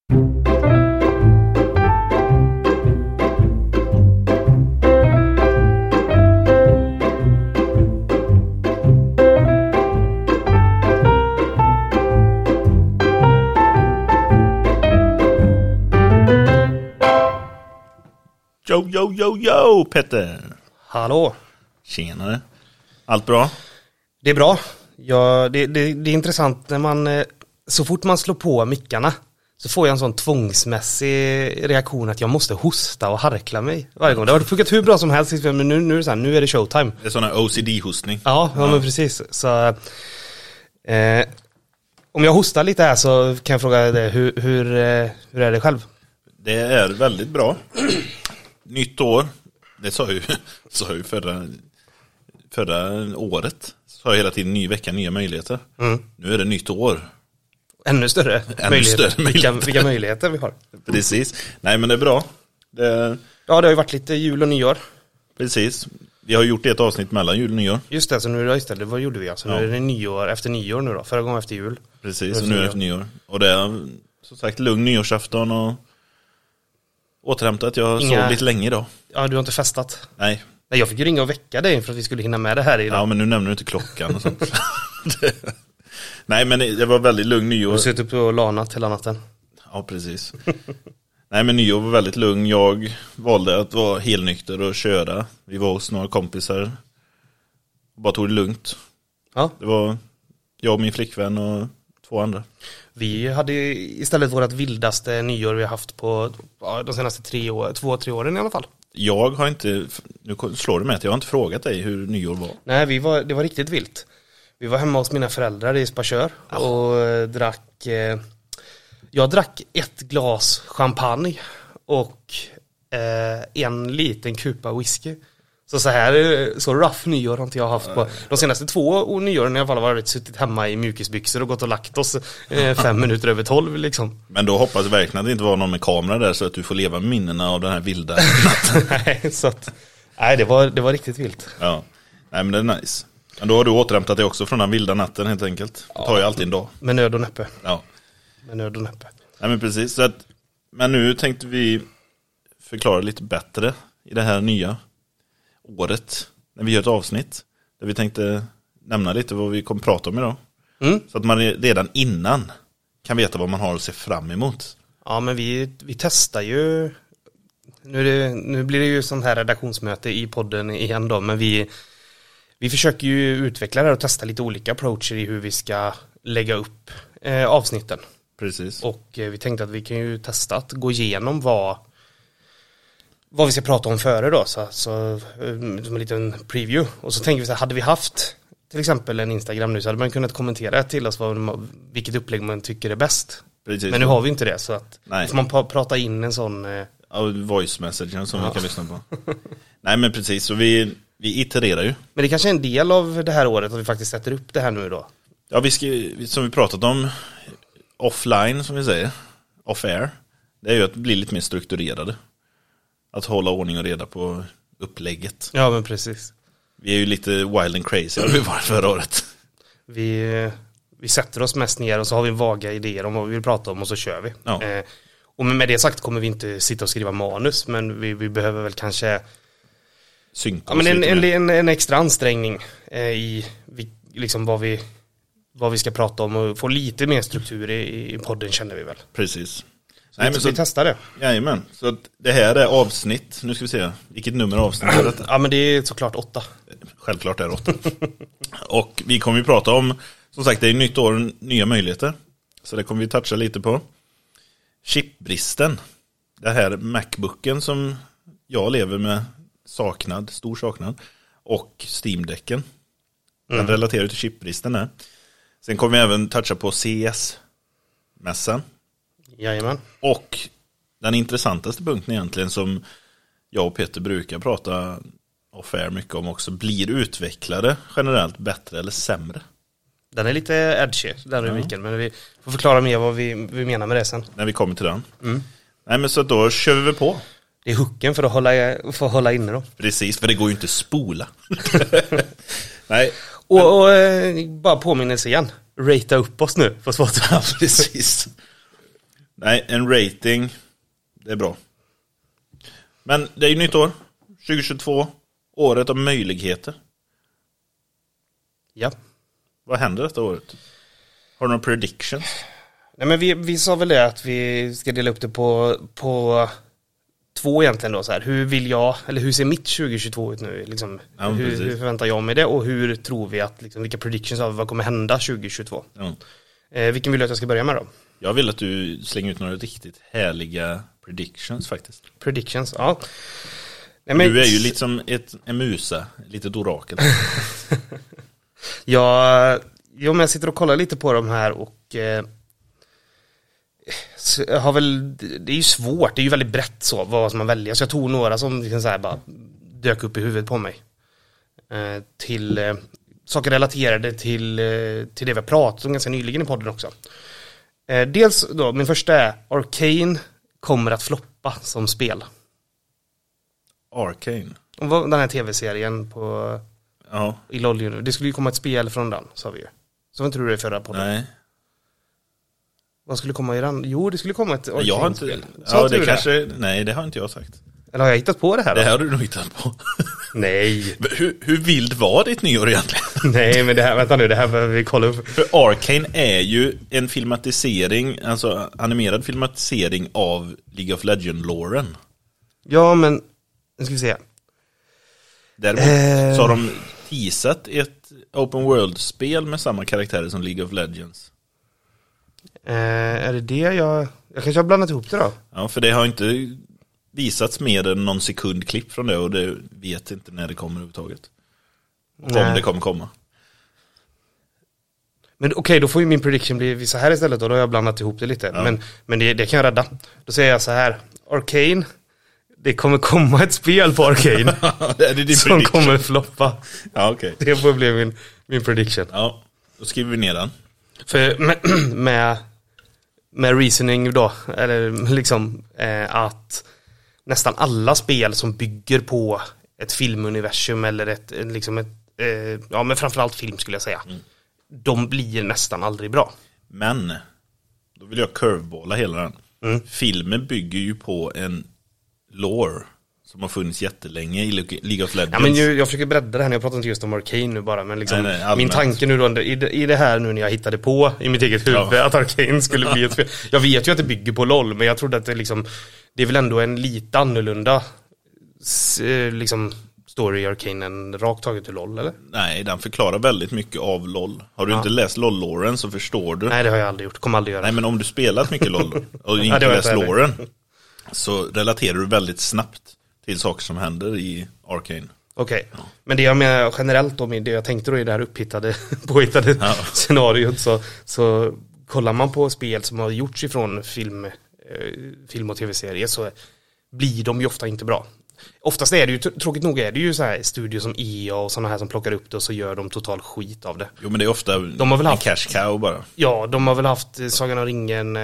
Yo, Petter. Hallå. Tjenare. Allt bra? Det är bra. Ja, det är intressant när man, så fort man slår på mickarna så får jag en sån tvångsmässig reaktion att jag måste hosta och harkla mig varje gång. Det har funkat hur bra som helst, men nu är det så här, nu är det showtime. Det är sån här OCD-hostning. Ja, men precis. Så om jag hostar lite här så kan jag fråga dig, hur är det själv? Det är väldigt bra. Nytt år. Det sa jag ju förra året. Sa jag hela tiden ny vecka, nya möjligheter. Nu är det nytt år. Ännu större möjligheter. Vilka möjligheter vi har. Precis. Nej, men det är bra. Ja, det har ju varit lite jul och nyår. Precis. Vi har gjort ett avsnitt mellan jul och nyår. Just det, så nu istället, vad gjorde vi? Alltså, nu är det nyår, efter nyår nu då. Förra gången efter jul. Precis, och nu är det efter nyår. Och det är som sagt lugn nyårsafton och återhämtat. Jag sov lite länge idag. Ja, du har inte festat? Nej. Nej, jag fick ju ringa och väcka dig för att vi skulle hinna med det här idag. Ja, men nu nämner du inte klockan och sånt. Nej, men det var väldigt lugn nyår. Du suttit på lanat hela natten. Ja, precis. Nej, men nyår var väldigt lugn. Jag valde att vara helnykter och köra. Vi var hos några kompisar och bara tog det lugnt. Ja. Det var jag och min flickvän och 2 andra. Vi hade istället vårt vildaste nyår vi har haft på de senaste 2-3 åren i alla fall. Jag har inte, nu slår det mig att jag har inte frågat dig hur nyår var. Nej, det var riktigt vilt. Vi var hemma hos mina föräldrar i Sparsör och drack, jag drack 1 glas champagne och en liten kupa whisky. Så här så rough nyår har inte jag haft på de senaste 2 nyåren i alla fall. Har varit suttit hemma i mjukisbyxor och gått och lagt oss 5 minuter över 12 liksom. Men då hoppas jag verkligen att det inte var någon med kamera där så att du får leva minnena av den här vilda natten. Nej, så att, det var riktigt vilt. Ja, nej men det är nice. Men då har du återhämtat dig också från den vilda natten helt enkelt. Det tar ju alltid en dag. Med nöd och näppe. Ja. Med nöd och näppe. Nej men precis. Så att, men nu tänkte vi förklara lite bättre i det här nya året när vi gör ett avsnitt där vi tänkte nämna lite vad vi kommer prata om idag. Så att man redan innan kan veta vad man har att se fram emot. Ja, men vi testar ju nu blir det ju sån här redaktionsmöte i podden igen då, men vi försöker ju utveckla det och testa lite olika approacher i hur vi ska lägga upp avsnitten. Precis. Och vi tänkte att vi kan ju testa att gå igenom vad vi ska prata om före då, så som en liten preview. Och så tänker vi så här, hade vi haft till exempel en Instagram nu så hade man kunnat kommentera till oss vilket upplägg man tycker är bäst. Precis. Men nu har vi inte det, så att får man prata in en sån voice message som vi kan lyssna på. Nej men precis, så vi itererar ju. Men det kanske är en del av det här året att vi faktiskt sätter upp det här nu då. Ja, vi ska, som vi pratat om offline som vi säger, off-air, det är ju att bli lite mer strukturerade. Att hålla ordning och reda på upplägget. Ja, men precis. Vi är ju lite wild and crazy har vi varit förra året. Vi sätter oss mest ner och så har vi vaga idéer om vad vi vill prata om och så kör vi. Ja. Och med det sagt kommer vi inte sitta och skriva manus, men vi behöver väl kanske synka en extra ansträngning i liksom vad vi ska prata om och få lite mer struktur i podden, känner vi väl. Precis. Nej, men så vi testar det. Jajamän, så det här är avsnitt. Nu ska vi se, vilket nummer avsnitt är detta? Ja, men det är såklart 8. Självklart är det 8. Och vi kommer ju prata om, som sagt, det är nytt år, nya möjligheter. Så det kommer vi toucha lite på. Chipbristen. Det här MacBooken som jag lever med stor saknad. Och Steam-däcken. Den relaterar till chipbristen här. Sen kommer vi även toucha på CS-mässan. Jajamän. Och den intressantaste punkten egentligen som jag och Peter brukar prata off-air mycket om också, blir utvecklare generellt bättre eller sämre? Den är lite edgy, den rubriken, men vi får förklara mer vad vi menar med det sen. När vi kommer till den. Nej, men så då kör vi på. Det är hooken för att hålla inne då. Precis, för det går ju inte att spola. Nej. Och bara påminnelse igen. Rata upp oss nu på Spotify. Precis. Nej, en rating, det är bra. Men det är ju nytt år, 2022, året av möjligheter. Ja. Vad händer detta året? Har du några predictions? Nej, men vi sa väl det att vi ska dela upp det på 2 egentligen då, så här. Hur vill jag, eller hur ser mitt 2022 ut nu liksom? Ja, hur förväntar jag mig det och hur tror vi att liksom, vilka predictions av vad kommer hända 2022? Ja. Vilken vill du att jag ska börja med då? Jag vill att du slänger ut några riktigt härliga predictions faktiskt. Predictions, ja. Nej, men du är ju lite som en musa, lite orakel. Ja, men jag sitter och kollar lite på de här och har väl, det är ju svårt, det är ju väldigt brett så vad som man väljer. Så jag tog några som liksom så här bara dök upp i huvudet på mig. Till saker relaterade till det vi har pratat om ganska nyligen i podden också. Dels då, min första är Arcane kommer att floppa som spel. Arcane? Den här tv-serien på i LoL nu. Det skulle ju komma ett spel från den, sa vi ju. Så var inte du det i förra podden? Nej. Vad skulle komma i den? Jo, det skulle komma ett Arcane-spel. Jag har inte... Ja, det kanske... Nej, det har inte jag sagt. Eller har jag hittat på det här då? Det har du nog hittat på. Nej. Hur vild var ditt nyår egentligen? Nej, men det här, vänta nu, det här behöver vi kolla upp. För Arcane är ju en filmatisering, alltså animerad filmatisering av League of Legends-loren. Ja, men... Nu ska vi se. Däremot så har de teasat ett open world-spel med samma karaktärer som League of Legends. Är det jag kanske har blandat ihop det då? Ja, för det har inte visats mer än någon sekund klipp från det och det vet inte när det kommer överhuvudtaget. Om det kommer komma. Men okej, då får ju min prediction bli så här istället och då har jag blandat ihop det lite. Ja. Men det kan jag rädda. Då säger jag så här. Arcane, det kommer komma ett spel på Arcane som kommer floppa. Ja, okej. Det får bli min prediction. Ja, då skriver vi ner den. För med reasoning då, eller liksom att nästan alla spel som bygger på ett filmuniversum eller men framförallt film skulle jag säga, de blir nästan aldrig bra. Men då vill jag curveballa hela den. Filmen bygger ju på en lore som har funnits jättelänge i League of Legends. Ja, men jag försöker bredda det här. Jag pratar inte just om Arcane nu bara, men liksom, nej, min tanke nu då, i det här nu när jag hittade på i mitt eget huvud att Arcane skulle bli ett spel. Jag vet ju att det bygger på LoL, men jag trodde att det är väl ändå en lite annorlunda liksom story i Arcane än rakt taget till LoL, eller? Nej, den förklarar väldigt mycket av LoL. Har du inte läst LoL-loren så förstår du. Nej, det har jag aldrig gjort. Kommer aldrig göra. Nej, men om du spelat mycket LoL och inte läst loren så relaterar du väldigt snabbt till saker som händer i Arcane. Okej. Ja. Men det jag menar generellt då, det jag tänkte då i det här påhittade scenariot, så kollar man på spel som har gjorts ifrån film och tv-serier så blir de ju ofta inte bra. Oftast är det ju, tråkigt nog är det ju så här studier som EA och sådana här som plockar upp det och så gör de total skit av det. Jo, men det är ofta en cash cow bara. Ja, de har väl haft Sagan om ringen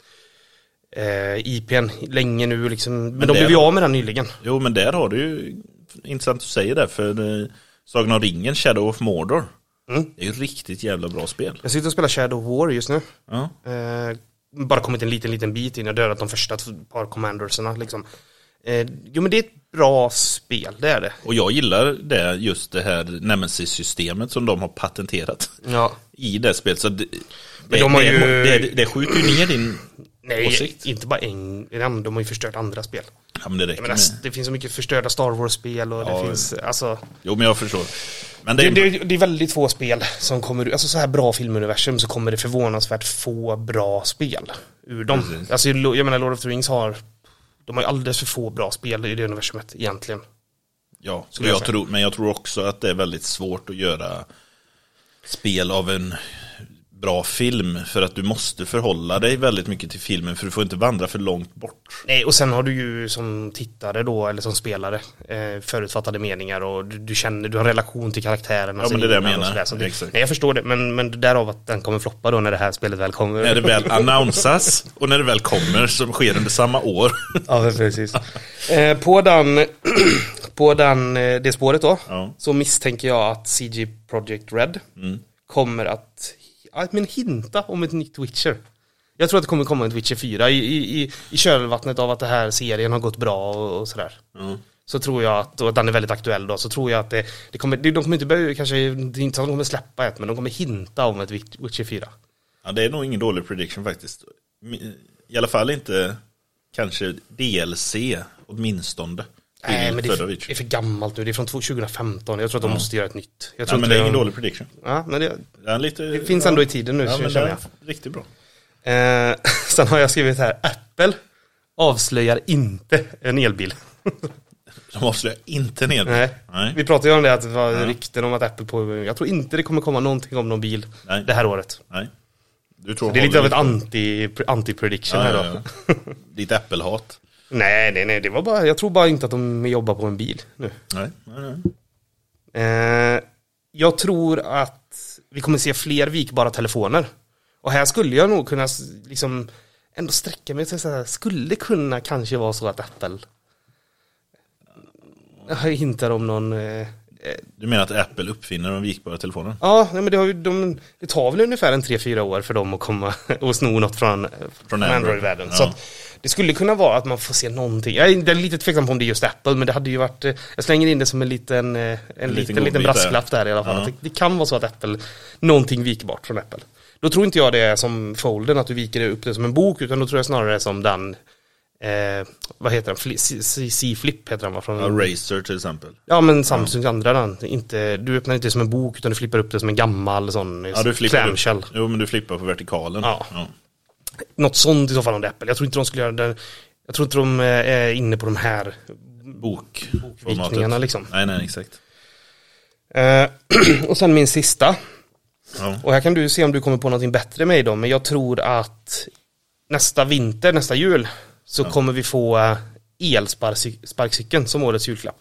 IPn länge nu liksom, men de blev ju av med den nyligen. Jo, men där har du ju intressant att säga det, för Sagan om ringen, Shadow of Mordor, det är ju riktigt jävla bra spel. Jag sitter och spelar Shadow of War just nu. Bara kommit en liten bit in och dödat de första par commandersarna liksom. Jo, men det är ett bra spel, det är det. Och jag gillar det, just det här Nemesis-systemet som de har patenterat i det spelet. Så det skjuter ju ner din åsikt. Inte bara en, de har ju förstört andra spel. Ja, men det finns så mycket förstörda Star Wars-spel och det finns, alltså... Jo, men jag förstår. Men det är väldigt få spel som kommer, alltså så här bra filmuniversum så kommer det förvånansvärt få bra spel ur dem. Precis. Alltså jag menar, Lord of the Rings de har ju alldeles för få bra spel i det universumet egentligen. Ja, men jag tror också att det är väldigt svårt att göra spel av en bra film, för att du måste förhålla dig väldigt mycket till filmen, för du får inte vandra för långt bort. Nej, och sen har du ju som tittare då, eller som spelare, förutfattade meningar och du har en relation till karaktärerna. Ja, men det är det jag menar. Nej, jag förstår det, men därav att den kommer floppa då när det här spelet väl kommer. När det väl annonsas och när det väl kommer, som sker under samma år. Ja, precis. På det spåret då, så misstänker jag att CG Projekt Red kommer att hinta om ett nytt Witcher. Jag tror att det kommer komma en Witcher 4 i kölvattnet av att det här serien har gått bra och sådär. Så tror jag att, och att den är väldigt aktuell då, så tror jag att de kommer inte börja, kanske, det är inte så att de kommer släppa ett, men de kommer hinta om ett Witcher 4. Ja, det är nog ingen dålig prediction faktiskt. I alla fall inte kanske DLC åtminstone. Nej, men det är för gammalt nu. Det är från 2015. Jag tror att de måste göra ett nytt. Jag tror men det är ingen dålig prediction. Ja, men det finns ändå i tiden nu. Ja, men det är riktigt bra. Sen har jag skrivit här, Apple avslöjar inte en elbil. De avslöjar inte en elbil? Nej. Vi pratade ju om det, att det var rykten om att Apple jag tror inte det kommer komma någonting om någon bil det här året. Nej. Du tror det är lite av ett anti-prediction här då. Ditt Apple-hat. Nej, det var bara, jag tror bara inte att de jobbar på en bil nu. Nej. Jag tror att vi kommer se fler vikbara telefoner. Och här skulle jag nog kunna liksom ändå sträcka mig till så här, skulle kunna kanske vara så att Apple hintar om någon... Du menar att Apple uppfinner de vikbara telefonerna? Ja, men det tar väl ungefär 3-4 år för dem att komma och sno något från Android-världen. Ja. Så att det skulle kunna vara att man får se någonting. Jag är lite tveksam på om det är just Apple, men det hade ju varit... Jag slänger in det som en liten brasklapp där i alla fall. Ja. Det kan vara så att Apple, någonting vikbart från Apple. Då tror inte jag det är som folden, att du viker upp det som en bok, utan då tror jag snarare som den... vad heter den? C-Flip heter den, va? Från Razer till exempel. Ja, men Samsungs andra den. Du öppnar inte som en bok, utan du flippar upp det som en gammal sån clamshell. Jo, men du flippar på vertikalen. Ja. Något sånt i så fall om det Apple. Jag tror inte de skulle göra det. Jag tror inte de är inne på de här bokvikningarna liksom. Nej, exakt. Och sen min sista. Ja. Och här kan du se om du kommer på något bättre med mig då. Men jag tror att nästa jul så kommer vi få elsparkcykeln som årets julklapp.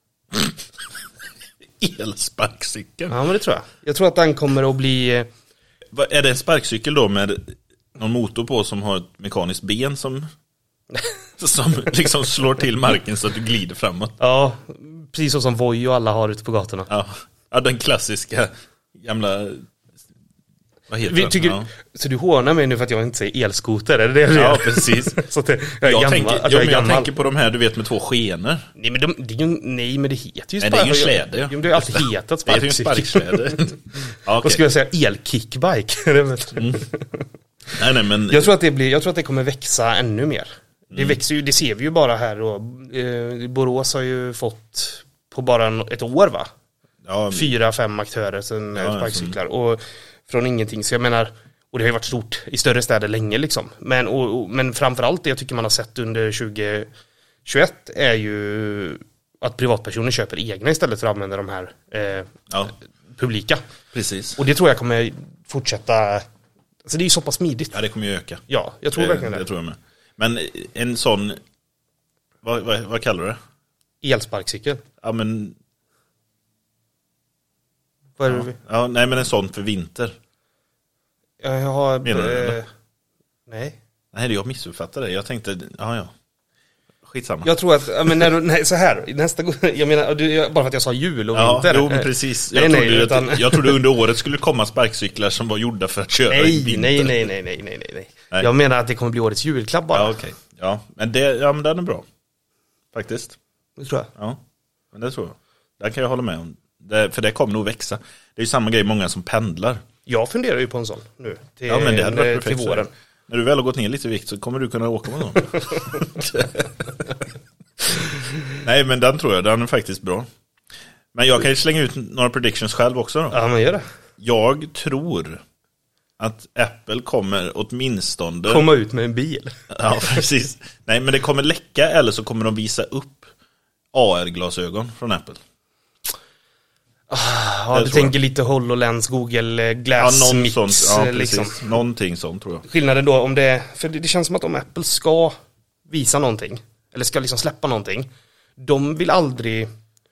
Elsparkcykeln? Ja, men det tror jag. Jag tror att den kommer att bli... Är det en sparkcykel då med någon motor på som har ett mekaniskt ben som liksom slår till marken så att du glider framåt? Ja, precis så som Voi och alla har ute på gatorna. Ja, den klassiska gamla... Vad heter den? Så du hånar mig nu för att jag inte säger elskoter, är det det? Ja, precis. Så att jag tänker på de här, du vet, med 2 skenor. Nej, men det heter ju sparkcykel. Nej, det är ju släde. Ja. Det har alltid hetat sparkcykel. Det är ju sparksläde. Vad skulle jag säga? Elkickbike. Nej, men... Jag tror att det kommer växa ännu mer. Det växer ju, det ser vi ju bara här. Och, Borås har ju fått på bara ett år, va? Ja, 4-5 aktörer som sparkcyklar. Och från ingenting, så jag menar, och det har ju varit stort i större städer länge liksom, men framförallt det jag tycker man har sett under 2021 är ju att privatpersoner köper egna istället för att använda de här publika. Precis. Och det tror jag kommer fortsätta, alltså det är ju så pass smidigt. Ja, det kommer ju öka. Ja, jag tror verkligen det. Det tror jag med. Men en sån, vad kallar du det? Elsparkcykel. Ja, men... Ja, nej, men en sån för vinter. Jag har... Nej, det jag missuppfattade det. Jag tänkte, skitsamma. Jag tror att, så här, nästa gång, jag menar, bara för att jag sa jul och vinter. Jo, men precis. Jag trodde under året skulle komma sparkcyklar som var gjorda för att köra i vinter. Nej. Jag menar att det kommer bli årets julklapp bara. Ja, okej. Ja, men den är bra. Faktiskt. Det tror jag. Ja, men det tror jag. Det kan jag hålla med om. För det kommer nog växa. Det är ju samma grej många som pendlar. Jag funderar ju på en sån nu. Men det hade varit perfekt till våren. När du väl har gått ner lite i vikt så kommer du kunna åka med dem. Nej, men den tror jag. Den är faktiskt bra. Men jag kan ju slänga ut några predictions själv också då. Ja, men gör det. Jag tror att Apple kommer åtminstone... komma ut med en bil. Ja, precis. Nej, men det kommer läcka eller så kommer de visa upp AR-glasögon från Apple. Ja, du tänker lite HoloLens, Google Glass Mix. Liksom. Någonting sånt tror jag. Skillnaden då, för det känns som att om Apple ska visa någonting, eller ska liksom släppa någonting, de vill aldrig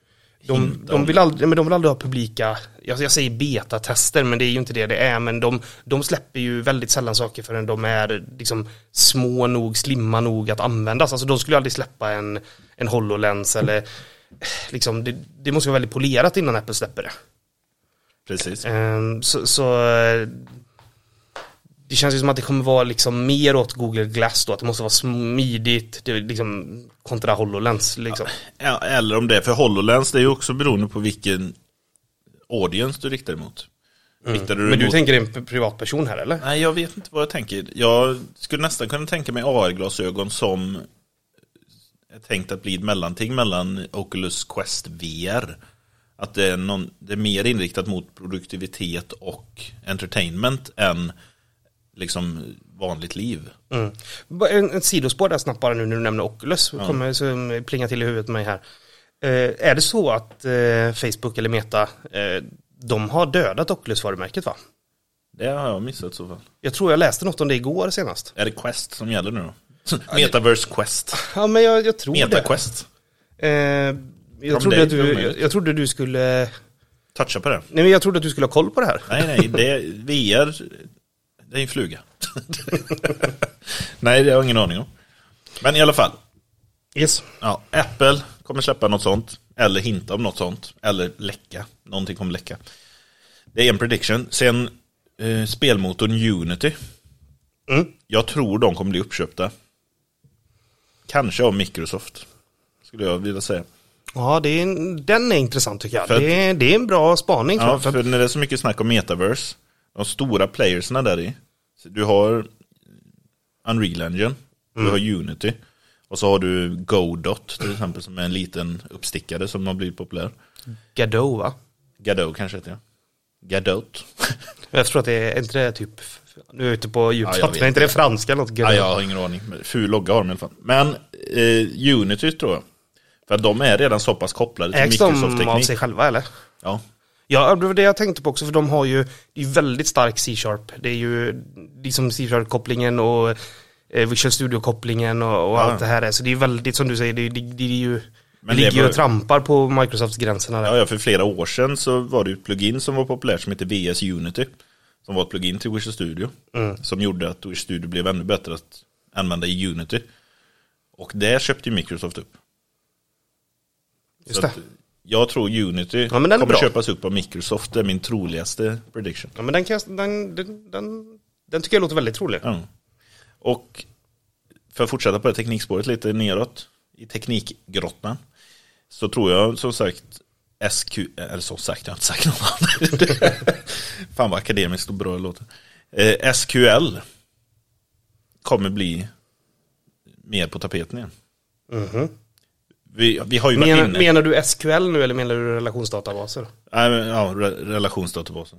ha publika, jag säger beta-tester, men det är ju inte det är, men de släpper ju väldigt sällan saker förrän de är liksom små nog, slimma nog att användas. Alltså de skulle aldrig släppa en HoloLens eller liksom, det måste vara väldigt polerat innan Apple släpper det. Precis. Så det känns ju som att det kommer vara liksom mer åt Google Glass då, att det måste vara smidigt, det är liksom kontra HoloLens liksom. Ja, eller om det är för HoloLens, det är ju också beroende på vilken audience du riktar emot. Men du tänker en privatperson här, eller? Nej, jag vet inte vad jag tänker. Jag skulle nästan kunna tänka mig AR-glasögon som är tänkt att bli ett mellanting mellan Oculus Quest VR. Att det är mer inriktat mot produktivitet och entertainment än liksom vanligt liv. En sidospår där snabbt bara nu när du nämner Oculus kommer så plinga till i huvudet med mig här. Är det så att Facebook eller Meta de har dödat Oculus-varumärket, va? Det har jag missat så fall. Jag tror jag läste något om det igår senast. Är det Quest som gäller nu då? Metaverse Quest. Ja, men jag tror det. MetaQuest. Jag trodde du skulle toucha på det. Nej, men jag trodde att du skulle ha koll på det här. Nej, VR, det är en fluga. Nej, det har jag ingen aning om. Men i alla fall. Yes. Ja, Apple kommer släppa något sånt. Eller hinta om något sånt. Eller läcka. Någonting kommer läcka. Det är en prediction. Sen spelmotorn Unity. Jag tror de kommer bli uppköpta. Kanske av Microsoft. Skulle jag vilja säga. Ja, den är intressant tycker jag. Det är en bra spaning. Ja, för när det är så mycket snack om Metaverse. De stora playersna där i. Du har Unreal Engine. Du har Unity. Och så har du Godot till exempel, som är en liten uppstickare som har blivit populär. Godot, va? Godot kanske heter jag. Godot. Jag tror att det är inte det typ. Nu är jag ute på djupsatt, men inte det franska något. Ja, jag har ingen aning. Ful logga har de i alla fall. Men Unity tror jag. För att de är redan så pass kopplade till Microsoft-teknik. Ägs de av sig själva, eller? Ja. Ja, det var det jag tänkte på också, för de har ju, det är väldigt stark C-sharp. Det är ju liksom C-sharp-kopplingen och Visual Studio-kopplingen och allt det här är. Så det är väldigt, som du säger, det är ju, men ligger ju och trampar på Microsofts gränserna där. Ja, för flera år sedan så var det ett plugin som var populärt som heter VS Unity. Som var ett plugin till Visual Studio. Som gjorde att Visual Studio blev ännu bättre att använda i Unity. Och det köpte ju Microsoft upp. Just det. Jag tror Unity kommer köpas upp av Microsoft. Det är min troligaste prediction. Ja, men den tycker jag låter väldigt trolig. Ja. Och för att fortsätta på det teknikspåret lite neråt i teknikgrottan, så tror jag som sagt eller som sagt, jag har inte sagt något annat. Fan vad akademiskt och bra det låter. SQL kommer bli mer på tapeten igen. Vi har ju varit inne. Menar du SQL nu eller menar du relationsdatabaser? Ja, relationsdatabaser.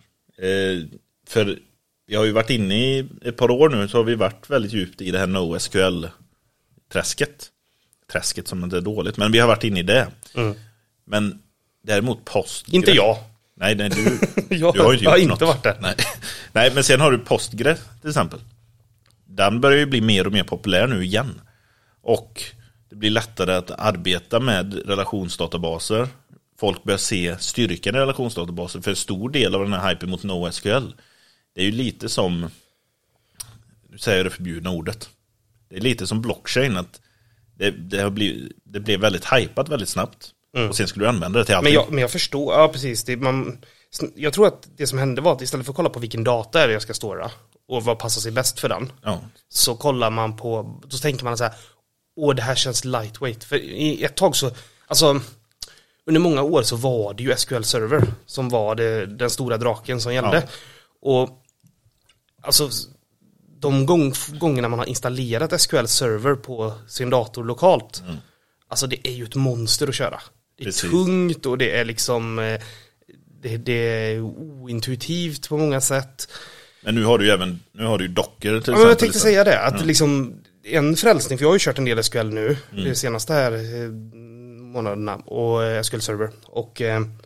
För vi har ju varit inne i ett par år nu, så har vi varit väldigt djupt i det här NoSQL-träsket. Träsket som inte är dåligt, men vi har varit inne i det. Men däremot Postgre. Inte jag. Nej, du du har ju inte inte varit där. Nej, men sen har du Postgre till exempel. Den börjar ju bli mer och mer populär nu igen. Och det blir lättare att arbeta med relationsdatabaser. Folk börjar se styrkan i relationsdatabaser. För en stor del av den här hypen mot NoSQL, det är ju lite som, nu säger jag det förbjudna ordet, det är lite som blockchain, att det blev väldigt hypat väldigt snabbt. Och sen skulle du använda det till allting. Men jag förstår, ja precis. Jag tror att det som hände var att istället för att kolla på vilken data är det jag ska stora och vad passar sig bäst för den, så kollar man på, då tänker man så här, det här känns lightweight. För i ett tag så, alltså under många år så var det ju SQL Server som var den stora draken som gällde. Och alltså de gångerna man har installerat SQL Server på sin dator lokalt, alltså det är ju ett monster att köra. Det är tungt och det är liksom det är ointuitivt på många sätt. Men nu har du ju Docker till exempel. Jag tänkte säga det, att liksom en frälsning, för jag har ju kört en del SQL nu det senaste här månaderna, och SQL Server, och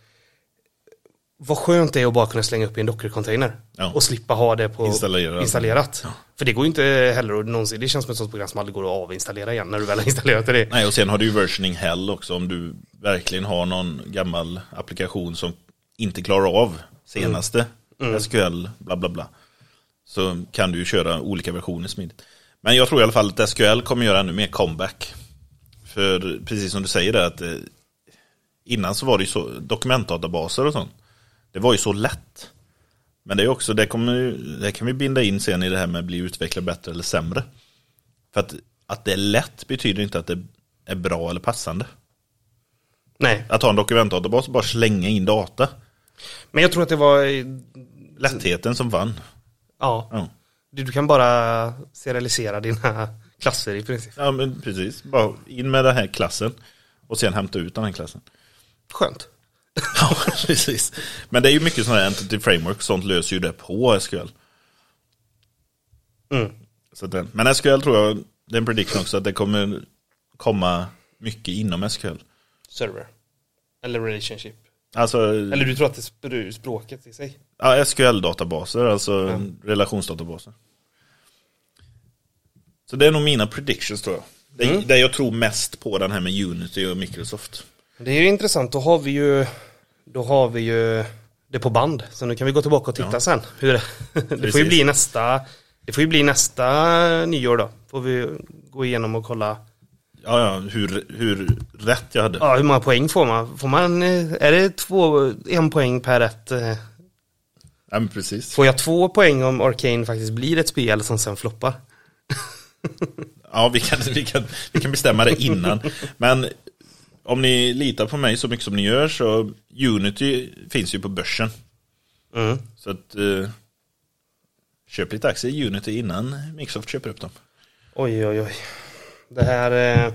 vad skönt det är att bara kunna slänga upp i en Docker-container och slippa ha det på installerat. Ja. För det går ju inte heller att någonsin, det känns som ett sånt program som aldrig går att avinstallera igen när du väl har installerat det. Nej, och sen har du ju versioning hell också, om du verkligen har någon gammal applikation som inte klarar av senaste SQL bla bla bla, så kan du ju köra olika versioner smidigt. Men jag tror i alla fall att SQL kommer göra ännu mer comeback. För precis som du säger där, att innan så var det ju så dokumentdatabaser och sånt. Det var ju så lätt. Men det är också, det kan vi binda in sen i det här med att bli utvecklad bättre eller sämre. För att det är lätt betyder inte att det är bra eller passande. Nej. Att ha en dokumentdatabas och bara slänga in data. Men jag tror att det var lättheten som vann. Ja. Du kan bara serialisera dina klasser i princip. Ja, men precis. Bara in med den här klassen och sen hämta ut den här klassen. Skönt. Ja, precis. Men det är ju mycket sådana här entity framework, sånt löser ju det på SQL. Så men SQL tror jag, det är en prediction också, att det kommer komma mycket inom SQL. Server. Eller relationship. Alltså, eller du tror att det är språket i sig? Ja, SQL-databaser, alltså relationsdatabaser. Så det är nog mina predictions tror jag. Det jag tror mest på den här med Unity och Microsoft. Det är ju intressant, då har vi ju det på band. Så nu kan vi gå tillbaka och titta sen. Det får ju bli nästa nyår då. Får vi gå igenom och kolla. Ja, hur rätt jag hade. Ja, hur många poäng får man? Är det 1 poäng per rätt? Ja, men precis. Får jag 2 poäng om Arcane faktiskt blir ett spel som sen floppar? Ja, vi kan bestämma det innan. Men om ni litar på mig så mycket som ni gör, så Unity finns ju på börsen. Så att köp lite aktier i Unity innan Microsoft köper upp dem. Oj. Det här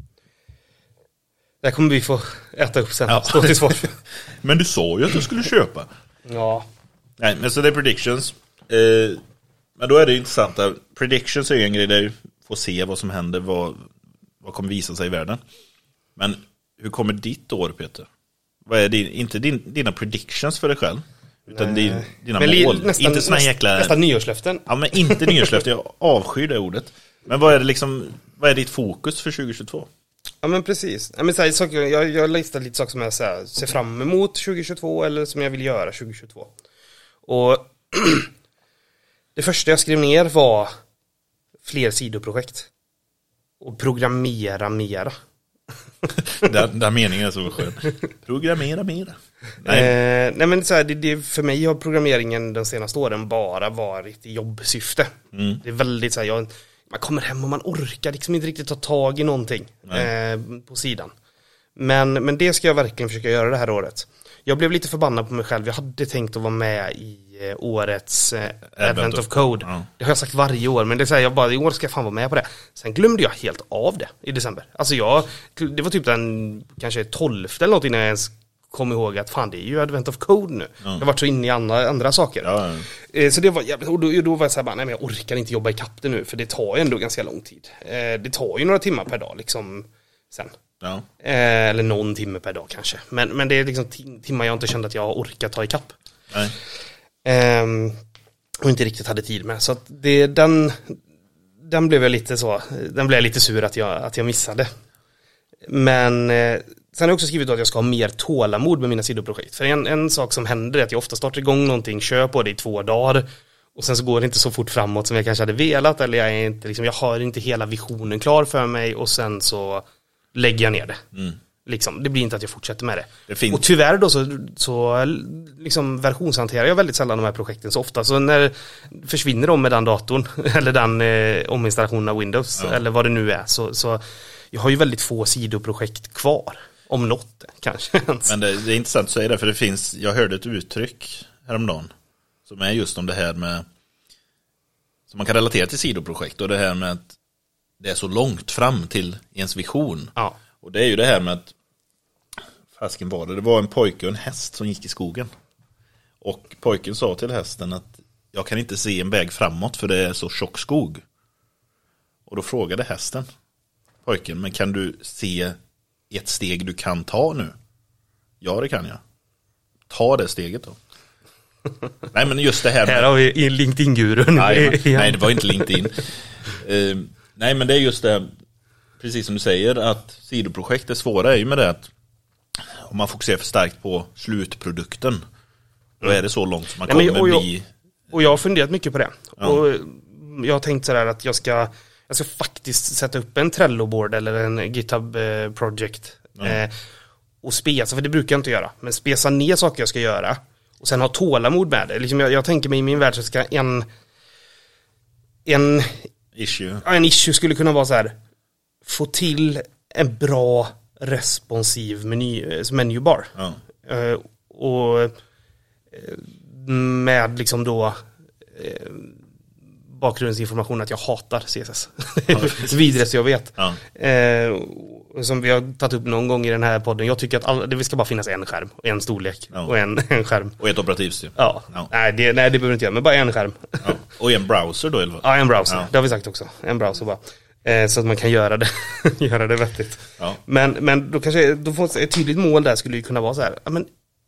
kommer vi få äta upp sen. Ja. Stå till svar. Men du sa ju att du skulle köpa. Ja. Nej, men så det är predictions. Men då är det intressant att predictions är ju en grej där du får se vad som händer, vad kommer visa sig i världen. Men hur kommer ditt år, Peter? Vad är inte dina predictions för dig själv, utan dina mål. Inte såna jäkla nästan nyårslöften. Ja, men inte nyårslöften. Jag avskyr det ordet. Men vad är ditt fokus för 2022? Ja, men precis. Ja, men så här, jag listar lite saker som jag ser fram emot 2022 eller som jag vill göra 2022. Och det första jag skrev ner var fler sidoprojekt och programmera mera. Den meningen är så skön. Programmera mera. Nej, men så här, det för mig har programmeringen de senaste åren bara varit i jobbsyfte. Det är väldigt så här, man kommer hem och man orkar liksom inte riktigt ta tag i någonting på sidan. Men det ska jag verkligen försöka göra det här året. Jag blev lite förbannad på mig själv. Jag hade tänkt att vara med i årets Advent of Code. Ja. Det har jag sagt varje år, men det säger jag bara, i år ska jag fan vara med på det. Sen glömde jag helt av det i december. Alltså det var typ den kanske 12 eller något innan jag ens kom ihåg att fan, det är ju Advent of Code nu. Jag har varit så inne i andra saker. Så det var jävligt, och då var jag så här bara, nej men jag orkar inte jobba i kapp det nu, för det tar ju ändå ganska lång tid. Det tar ju några timmar per dag liksom sen. Ja. Eller någon timme per dag kanske. Men det är liksom timmar jag inte kände att jag orkar ta i kapp. Och inte riktigt hade tid med. Så att den blev jag lite så. Den blev lite sur att jag missade. Men sen har jag också skrivit att jag ska ha mer tålamod med mina sidoprojekt. För en sak som händer är att jag ofta startar igång någonting, kör på det i 2 dagar. Och sen så går det inte så fort framåt som jag kanske hade velat. Eller jag har inte hela visionen klar för mig. Och sen så lägger jag ner det. Liksom, det blir inte att jag fortsätter med det. Och tyvärr då så liksom versionshanterar jag väldigt sällan de här projekten så ofta. Så när försvinner de med den datorn eller den ominstallationen av Windows eller vad det nu är, så jag har ju väldigt få sidoprojekt kvar. Om något kanske. Men det är intressant att säga det, för jag hörde ett uttryck häromdagen som är just om det här med, som man kan relatera till sidoprojekt, och det här med att det är så långt fram till ens vision. Ja. Och det är ju det här med att fasken det var en pojke och en häst som gick i skogen. Och pojken sa till hästen att jag kan inte se en väg framåt för det är så tjock skog. Och då frågade hästen pojken, men kan du se ett steg du kan ta nu? Ja, det kan jag. Ta det steget då. Nej, men just det här med... Här har vi LinkedIn-gurun. Nej, det var inte LinkedIn. Nej, men det är just det, precis som du säger, att sidoprojekt är svåra är ju med det att om man fokuserar för starkt på slutprodukten, då är det så långt som man kommer bli. Och jag har funderat mycket på det. Ja. Och jag har tänkt sådär att jag ska faktiskt sätta upp en Trello-board eller en GitHub project och spesa, för det brukar jag inte göra, men spesa ner saker jag ska göra och sen ha tålamod med det. Liksom jag tänker mig i min värld så ska en issue skulle kunna vara så här: få till en bra responsiv menubar. Ja. Och med liksom då bakgrundsinformation att jag hatar CSS. Det vidregaste jag vet. Ja. Som vi har tagit upp någon gång i den här podden. Jag tycker att det ska bara finnas en skärm, en storlek och en skärm. Och ett operativsystem. Ja. Nej, det behöver inte göra, men bara en skärm. Ja. Och en browser då eller vad? Ja, en browser. Ja. Det har vi sagt också. En browser bara. Så att man kan göra det göra det vettigt. Ja. Men då kanske då får ett tydligt mål där skulle ju kunna vara så här: ja, men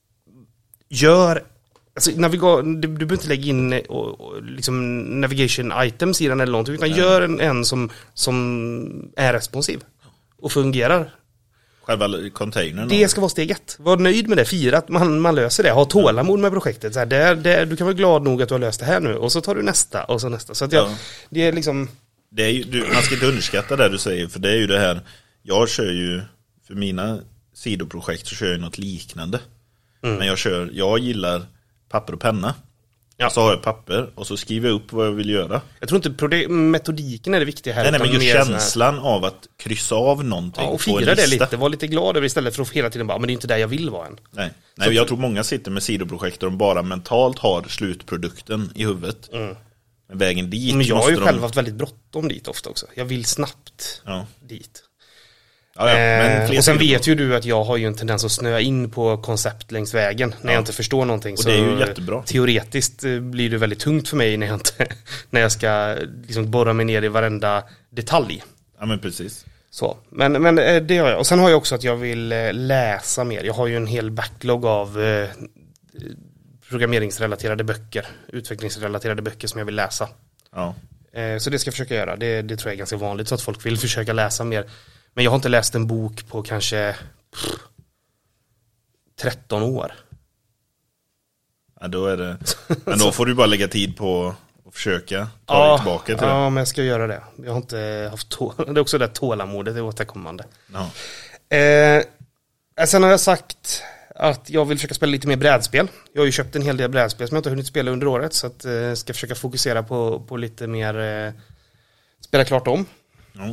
alltså, du behöver inte lägga in och liksom navigation items i den eller någonting, utan gör en som är responsiv och fungerar. Själva containern. Det ska vara steg 1. Var nöjd med det, fira att man löser det. Ha tålamod med projektet. Så här, du kan vara glad nog att du har löst det här nu. Och så tar du nästa och så nästa. Så att det är liksom... Det är ju, man ska inte underskatta det du säger, för det är ju det här. Jag kör ju, för mina sidoprojekt så kör jag något liknande. Men jag gillar papper och penna. Ja. Så har jag papper och så skriver jag upp vad jag vill göra. Jag tror inte metodiken är det viktiga här. Nej, men just känslan av att kryssa av någonting. Ja, och fira det lite, var lite glad över istället för att hela tiden bara, men det är inte där jag vill vara än. Nej, jag tror många sitter med sidoprojekt och de bara mentalt har slutprodukten i huvudet. Men vägen dit. Men jag har ju själv haft väldigt bråttom dit ofta också. Jag vill snabbt dit. Ja, och sen vet ju du att jag har ju en tendens att snöa in på koncept längs vägen när jag inte förstår någonting. Och det är ju jättebra. Teoretiskt blir det väldigt tungt för mig när jag ska liksom borra mig ner i varenda detalj. Ja, men precis. Så. Men det har jag. Och sen har jag också att jag vill läsa mer. Jag har ju en hel backlog av programmeringsrelaterade böcker, utvecklingsrelaterade böcker som jag vill läsa. Ja. Så det ska jag försöka göra. Det tror jag är ganska vanligt, så att folk vill försöka läsa mer. Men jag har inte läst en bok på kanske 13 år. Ja, då är det. Men då får du bara lägga tid på att försöka ta dig tillbaka till det. Ja, men jag ska göra det. Jag har inte haft det är också det tålamodet, det är återkommande. Ja. Sen har jag sagt att jag vill försöka spela lite mer brädspel. Jag har ju köpt en hel del brädspel som jag inte har hunnit spela under året, så att ska försöka fokusera på lite mer spela klart om. Ja.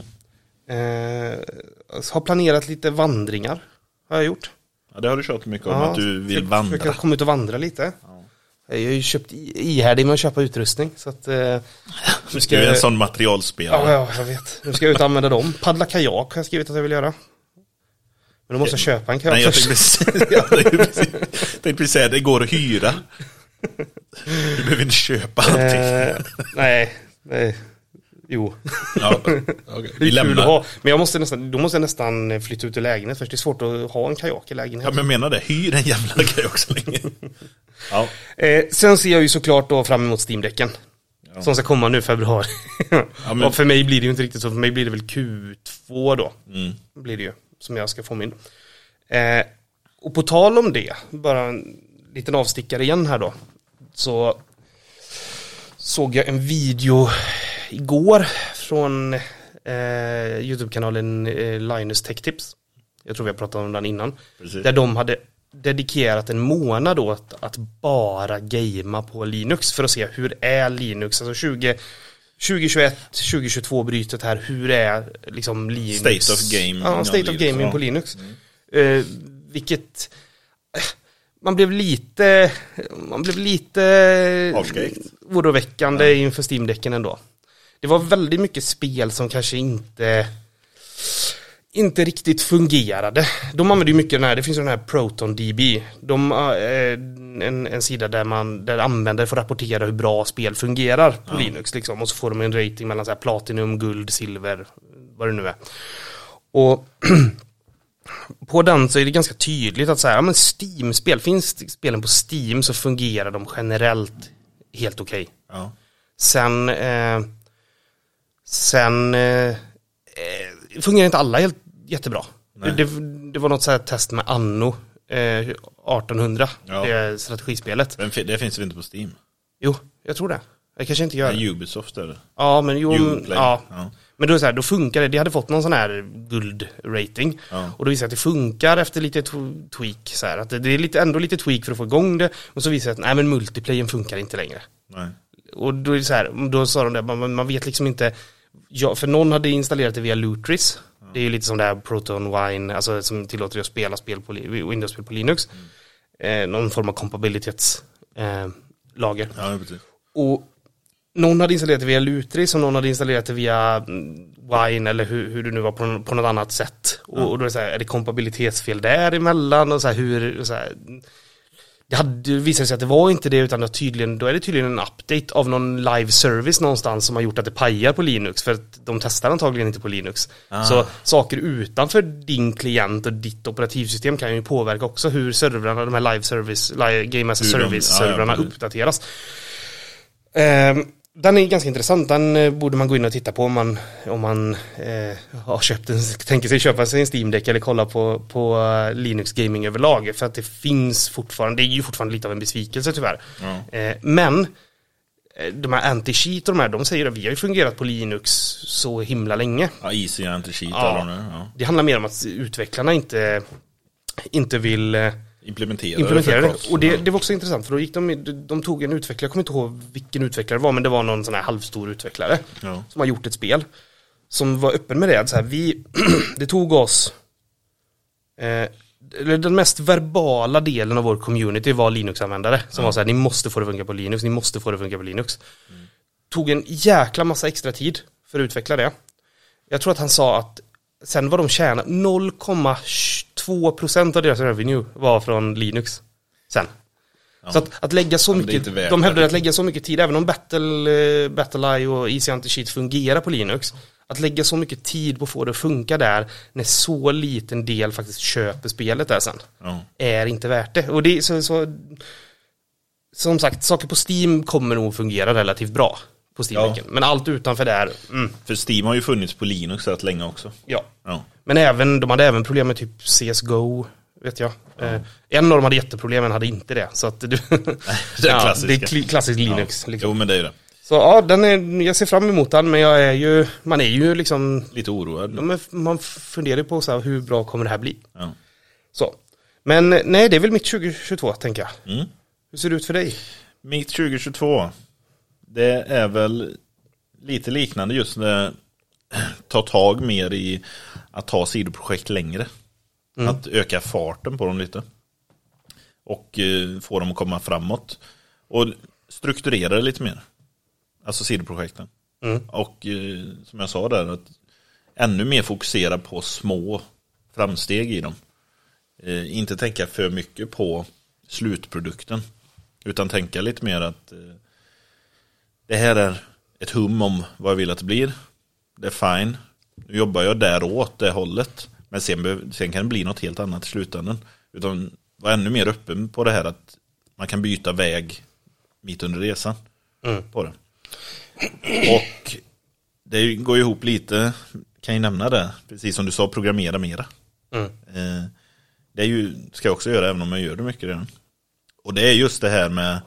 Har planerat lite vandringar, har jag gjort. Ja, det har du tjatat mycket om, att du vill vandra. Jag komma ut och vandra lite. Ja. Jag har ju köpt ihärdig med att köpa utrustning, så att nu ska du är en sån materialspelare. Ja, jag vet. Nu ska jag ut och använda dem. Paddla kajak har jag skrivit att jag vill göra. Men då måste jag köpa en kajak först. Jag tänkte säga, det går att hyra. Du behöver inte köpa allting. Nej. Jo. Ja, okay. Vi lämnar. Men då måste jag nästan flytta ut ur lägenhet först. Det är svårt att ha en kajak i lägenhet. Ja, men menar det. Hyr en jävla kajak så länge. Ja. Sen ser jag ju såklart då fram emot Steam-däcken. Ja. Som ska komma nu i februari. Ja, men... Och för mig blir det ju inte riktigt så. För mig blir det väl Q2 då. Blir det ju. Som jag ska få min. Och på tal om det. Bara en liten avstickare igen här då. Så såg jag en video igår från YouTube-kanalen Linus Tech Tips. Jag tror vi har pratat om den innan. Precis. Där de hade dedikerat en månad då att bara gamea på Linux för att se hur är Linux, alltså 2021, 2022 brytet här, hur är liksom Linux? State of gaming. Ja, state of gaming på Linux. Vilket man blev lite avskräckt, oroväckande inför Steam-däcken ändå. Det var väldigt mycket spel som kanske inte riktigt fungerade. De använder ju mycket den här, det finns ju den här ProtonDB. En sida där användare får rapportera hur bra spel fungerar på Linux liksom, och så får de en rating mellan så här platinum, guld, silver, vad det nu är. Och på den så är det ganska tydligt att så här, men Steam-spel, finns spelen på Steam så fungerar de generellt helt okej. Ja. Sen fungerar inte alla helt jättebra. Det var något så här test med Anno 1800, det strategispelet. Men det finns väl inte på Steam? Jo, jag tror det. Jag kanske inte gör det. Ubisoft eller? Ja, men Men då, då funkar det. Det hade fått någon sån här guld-rating. Ja. Och då visar att det funkar efter lite tweak. Så här, att det är ändå lite tweak för att få igång det. Och så visar det att nej, men multiplayen funkar inte längre. Nej. Och då är det så här, då sa de det, man vet liksom inte. Ja, för någon hade installerat det via Lutris. Det är ju lite som det här Proton Wine, alltså som tillåter att spela spel på Windows-spel på Linux. Någon form av kompabilitetslager. Ja, precis. Och någon hade installerat det via Lutris och någon hade installerat det via Wine eller hur det nu var på något annat sätt. Och då är det så här, är det kompabilitetsfel däremellan och så här, hur så här, det hade visat sig att det var inte det, utan då är det tydligen en update av någon live service någonstans som har gjort att det pajar på Linux, för att de testar antagligen inte på Linux. Så saker utanför din klient och ditt operativsystem kan ju påverka också hur servrarna, de här live service, Game as a Service-servrarna uppdateras. Den är ganska intressant. Den borde man gå in och titta på om man har köpt tänker sig köpa sig en Steam Deck eller kolla på Linux gaming överlag, för att det finns fortfarande, det är ju fortfarande lite av en besvikelse tyvärr. Men de här anti-cheat och de säger att vi har ju fungerat på Linux så himla länge. Ja, easy anti-cheat. Det handlar mer om att utvecklarna inte vill implementera det. Och det var också intressant, för då gick de tog en utvecklare, jag kommer inte ihåg vilken utvecklare det var, men det var någon sån här halvstor utvecklare som har gjort ett spel som var öppen med det. Så här, det tog oss den mest verbala delen av vår community var Linux-användare som var så här, ni måste få det funka på Linux, ni måste få det funka på Linux. Tog en jäkla massa extra tid för att utveckla det. Jag tror att han sa att sen var de tjäna 0,2% av deras revenue var från Linux sen. Så att lägga så mycket, de hävdade att lägga så mycket tid, även om Battle.io och Easy Anti-Cheat fungerar på Linux, att lägga så mycket tid på att få det att funka där när så liten del faktiskt köper spelet där sen är inte värt det. Och det är så som sagt, saker på Steam kommer nog fungera relativt bra på Steam-leken. Men allt utanför där... För Steam har ju funnits på Linux rätt länge också. Ja. Men de hade även problem med typ CSGO, vet jag. En av dem hade jätteproblem, men hade inte det. Så att det är klassiskt Linux. Liksom. Jo, men det är det. Så jag ser fram emot den, men man är ju liksom... Lite oroad. Man funderar på så här, hur bra kommer det här bli? Ja. Så. Men nej, det är väl mitt 2022, tänker jag. Hur ser det ut för dig? Mitt 2022... Det är väl lite liknande just när ta tag mer i att ta sidoprojekt längre. Att öka farten på dem lite. Och få dem att komma framåt. Och strukturera det lite mer. Alltså sidoprojekten. Och som jag sa där, att ännu mer fokusera på små framsteg i dem. Inte tänka för mycket på slutprodukten. Utan tänka lite mer att... Det här är ett hum om vad jag vill att det blir. Det är fine. Nu jobbar jag däråt det hållet. Men sen kan det bli något helt annat i slutändan. Utan vara ännu mer öppen på det här att man kan byta väg mitt under resan på det. Och det går ju ihop lite, kan jag nämna det, precis som du sa, programmera mera. Det är ju, ska jag också göra även om jag gör det mycket redan. Och det är just det här med,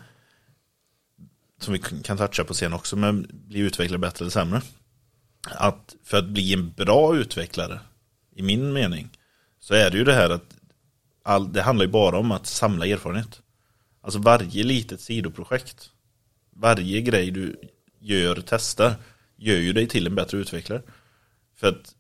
som vi kan toucha på sen också, men bli utvecklare bättre eller sämre. Att för att bli en bra utvecklare, i min mening, så är det ju det här att det handlar ju bara om att samla erfarenhet. Alltså varje litet sidoprojekt, varje grej du testar, gör ju dig till en bättre utvecklare. För att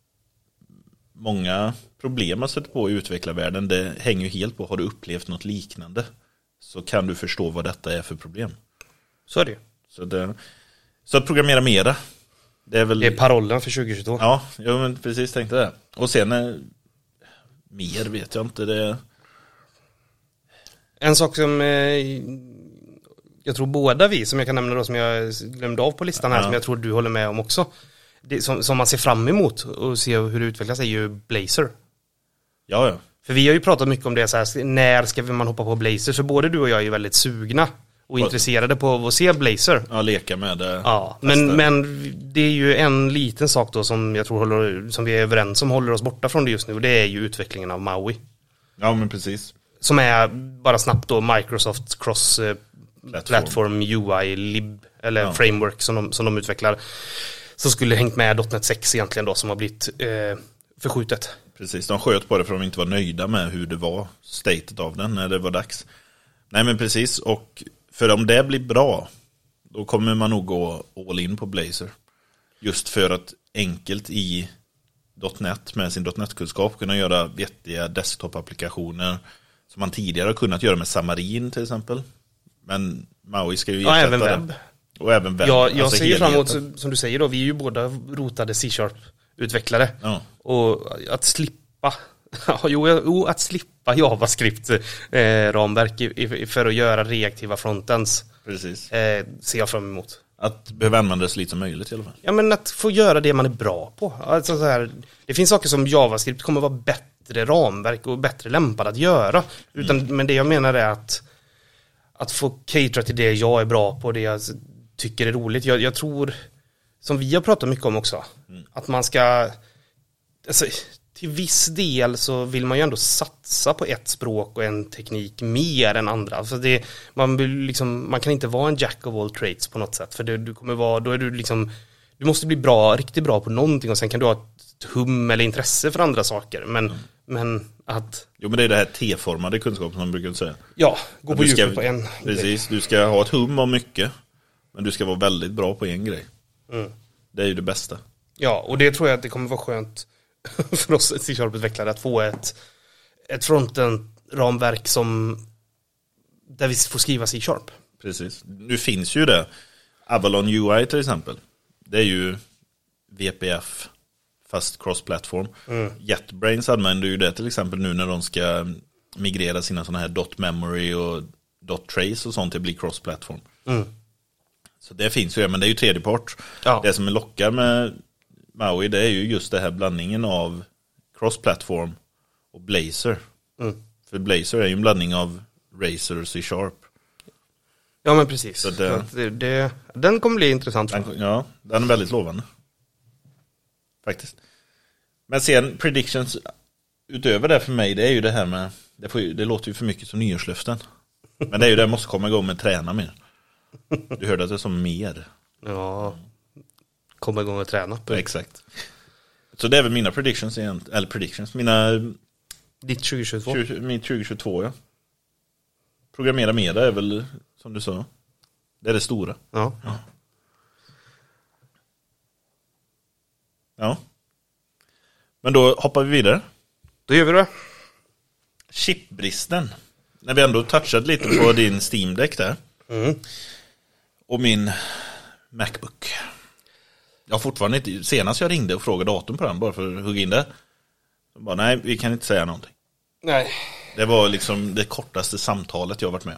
många problem man sätter på i utvecklarvärlden, det hänger ju helt på, har du upplevt något liknande, så kan du förstå vad detta är för problem. Så är det. Så att programmera mera. Det är parollen för 2022. Ja, men precis, tänkte det. Och sen mer vet jag inte. Det... En sak som jag tror båda vi, som jag kan nämna då, som jag glömde av på listan här, som jag tror du håller med om också, det, som man ser fram emot och se hur det utvecklas, är ju Blazor. Ja. För vi har ju pratat mycket om det så här, när ska man hoppa på Blazor? För både du och jag är ju väldigt sugna och intresserade på att se Blazor. Ja, leka med det. Ja, men det är ju en liten sak då som jag tror som vi är överens om håller oss borta från det just nu, och det är ju utvecklingen av Maui. Ja, men precis. Som är bara snabbt då Microsoft Cross Platform UI Lib eller Framework som de utvecklar. som skulle hängt med .NET 6 egentligen då, som har blivit förskjutet. Precis, de sköt på det för att de inte var nöjda med hur det var, statet av den när det var dags. Nej men precis, och för om det blir bra, då kommer man nog gå all in på Blazor. Just för att enkelt i .NET med sin .NET-kunskap kunna göra vettiga desktop-applikationer som man tidigare har kunnat göra med Xamarin till exempel. Men Maui ska ju ersätta även webb. Och även webb. Ja, jag alltså ser fram emot, som du säger då, vi är ju båda rotade C-sharp-utvecklare. Ja. Och att slippa att slippa JavaScript-ramverk för att göra reaktiva frontends. Precis. Ser jag fram emot. Att behöva använda det så lite som möjligt i alla fall. Ja, men att få göra det man är bra på. Alltså så här, det finns saker som JavaScript kommer vara bättre ramverk och bättre lämpad att göra. Men det jag menar är att få catera till det jag är bra på, det jag tycker är roligt. Jag tror, som vi har pratat mycket om också, att man ska... Alltså, till viss del så vill man ju ändå satsa på ett språk och en teknik mer än andra. Alltså man kan inte vara en jack of all trades på något sätt. För du måste bli riktigt bra på någonting, och sen kan du ha ett hum eller intresse för andra saker. Men att... Jo, men det är det här T-formade kunskap som man brukar säga. Ja, gå på djupet på en. Precis, du ska ha ett hum om mycket, men du ska vara väldigt bra på en grej. Det är ju det bästa. Ja, och det tror jag att det kommer vara skönt för oss C-sharp-utvecklare att få ett frontend-ramverk där vi får skriva C-sharp. Precis. Nu finns ju det. Avalon UI till exempel. Det är ju VPF fast cross-platform. JetBrains använder ju det till exempel nu när de ska migrera sina sådana här .memory och .trace och sånt till att bli cross-platform. Så det finns ju, men det är ju tredjepart. Ja. Det som lockar med Maui, det är ju just det här blandningen av cross-platform och Blazor. För Blazor är ju en blandning av Razor och C-sharp. Ja, men precis. Så den kommer bli intressant. Den är väldigt lovande. Faktiskt. Men sen predictions utöver det för mig, det är ju det här med, det låter ju för mycket som nyårslöften. Men det är ju det, jag måste komma igång med träna mer. Du hörde att det är som mer. Ja, komma igång och träna. Exakt. Så det är väl mina predictions igen, eller predictions, ditt 2022. Mitt 2022, ja. Programmera mer är väl, som du sa, det är det stora. Ja. Men då hoppar vi vidare. Då gör vi det. Chipbristen. När vi ändå touchat lite på din Steam Deck där. Och min MacBook. Jag har fortfarande inte, senast jag ringde och frågade datum på den bara för att hugga in det. Så bara, nej, vi kan inte säga någonting. Nej. Det var liksom det kortaste samtalet jag varit med.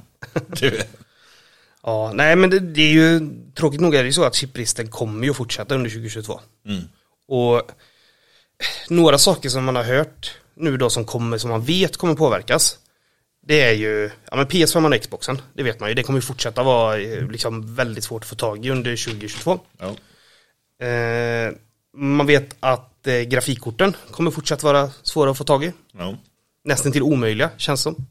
Ja, nej, men det är ju tråkigt nog är det ju så att chipbristen kommer ju att fortsätta under 2022. Och några saker som man har hört nu då som man vet kommer påverkas, det är ju PS5 och Xboxen, det vet man ju. Det kommer ju fortsätta vara liksom väldigt svårt att få tag i under 2022. Ja. Man vet att grafikkorten kommer fortsätta vara svåra att få tag i. Ja. Nästan till omöjliga, känns som.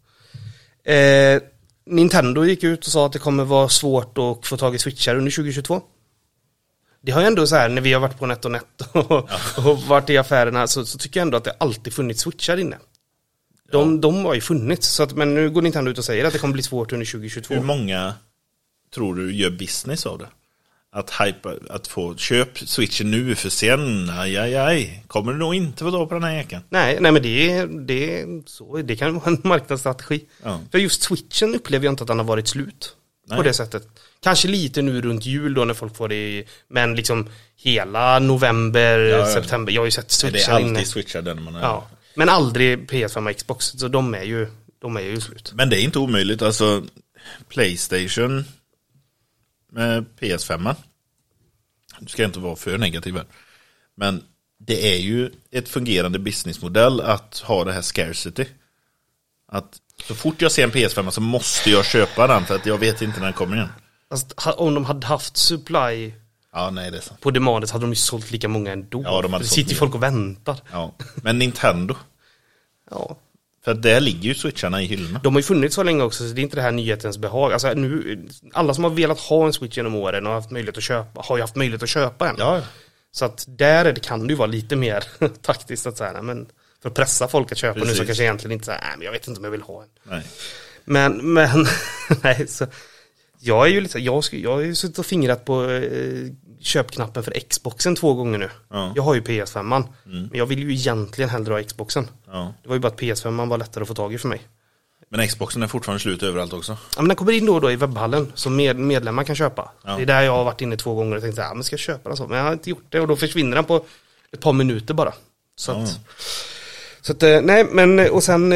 Nintendo gick ut och sa att det kommer vara svårt att få tag i switchar under 2022. Det har ju ändå så här, när vi har varit på NetOnNet och varit i affärerna, så tycker jag ändå att det alltid funnits switchar inne. De har ju funnits, så att, men nu går Nintendo ut och säger att det kommer bli svårt under 2022. Hur många tror du gör business av det? Att få köp switchen nu för sen, kommer du nog inte få tag på den här jäkeln. Nej, men det kan vara en marknadsstrategi. Ja. För just switchen upplever jag inte att den har varit slut. Nej. På det sättet. Kanske lite nu runt jul då när folk får det, men liksom hela november, september, jag har ju sett switchen inne. Det är alltid switchar den man är. Ja. Men aldrig PS5 och Xbox, så de är ju slut. Men det är inte omöjligt, alltså PlayStation med PS5. Du ska inte vara för negativ här. Men det är ju ett fungerande businessmodell att ha det här scarcity. Att så fort jag ser en PS5 så måste jag köpa den för att jag vet inte när den kommer igen. Alltså, om de hade haft supply det är sant. På demandet hade de ju sålt lika många ändå. Ja, det sitter ju folk och väntar. Ja. Men Nintendo. Ja. För där ligger ju switcharna i hyllorna. De har ju funnits så länge också, så det är inte det här nyhetens behag. Alltså nu, alla som har velat ha en switch genom åren och haft möjlighet att köpa, har ju haft möjlighet att köpa en. Ja. Så att där kan det ju vara lite mer taktiskt att säga, men för att pressa folk att köpa. Precis. Nu så kanske egentligen inte säga, men jag vet inte om jag vill ha en. Nej. Men nej, så jag är ju lite, jag har ju suttit och fingrat på köpknappen för Xboxen 2 gånger nu. Ja. Jag har ju PS5, men jag vill ju egentligen hellre ha Xboxen. Ja. Det var ju bara att PS5 var lättare att få tag i för mig. Men Xboxen är fortfarande slut överallt också? Ja, men den kommer in då i webbhallen som medlemmar kan köpa. Ja. Det är där jag har varit inne 2 gånger och tänkt men ska jag köpa den så? Men jag har inte gjort det och då försvinner den på ett par minuter bara. Så att nej, men och sen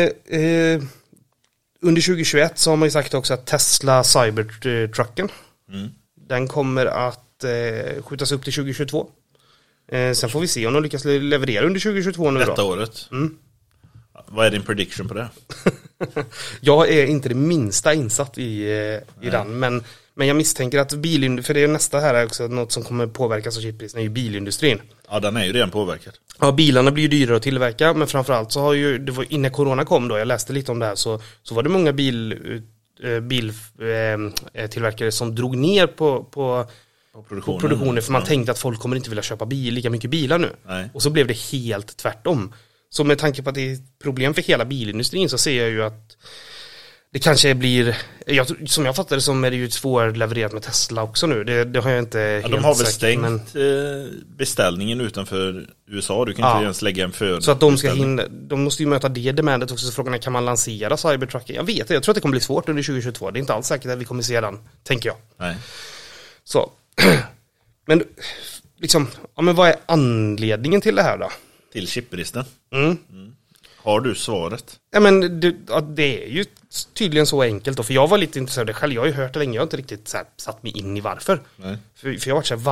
under 2021 så har man ju sagt också att Tesla Cybertrucken den kommer att skjutas upp till 2022. Sen får vi se om de lyckas leverera under 2022 nu då. Detta året. Vad är din prediction på det? Jag är inte det minsta insatt i den, men jag misstänker att för det är nästa här också något som kommer påverkas av chipprisen är ju bilindustrin. Ja, den är ju redan påverkad. Ja, bilarna blir ju dyrare att tillverka, men framförallt så har ju, det var innan corona kom då, jag läste lite om det här, så var det många biltillverkare som drog ner på produktionen för man tänkte att folk kommer inte vilja köpa lika mycket bilar nu. Nej. Och så blev det helt tvärtom. Så med tanke på att det är ett problem för hela bilindustrin så ser jag ju att det kanske blir, som jag fattar det som är det ju svårlevererat med Tesla också nu. Det har jag inte helt de har väl stängt beställningen utanför USA. Du kan inte ens lägga en för. Så att de måste ju möta det demandet också. Så frågan är, kan man lansera Cybertrucken? Jag vet det, jag tror att det kommer bli svårt under 2022. Det är inte alls säkert att vi kommer se den, tänker jag. Nej. Så. Men liksom, men vad är anledningen till det här då? Till chipbristen. Har du svaret? Ja, men det är ju tydligen så enkelt då, för jag var lite intresserad av det själv. Jag har ju hört det länge, jag har inte riktigt så här, satt mig in i varför. Nej. För jag har varit så här,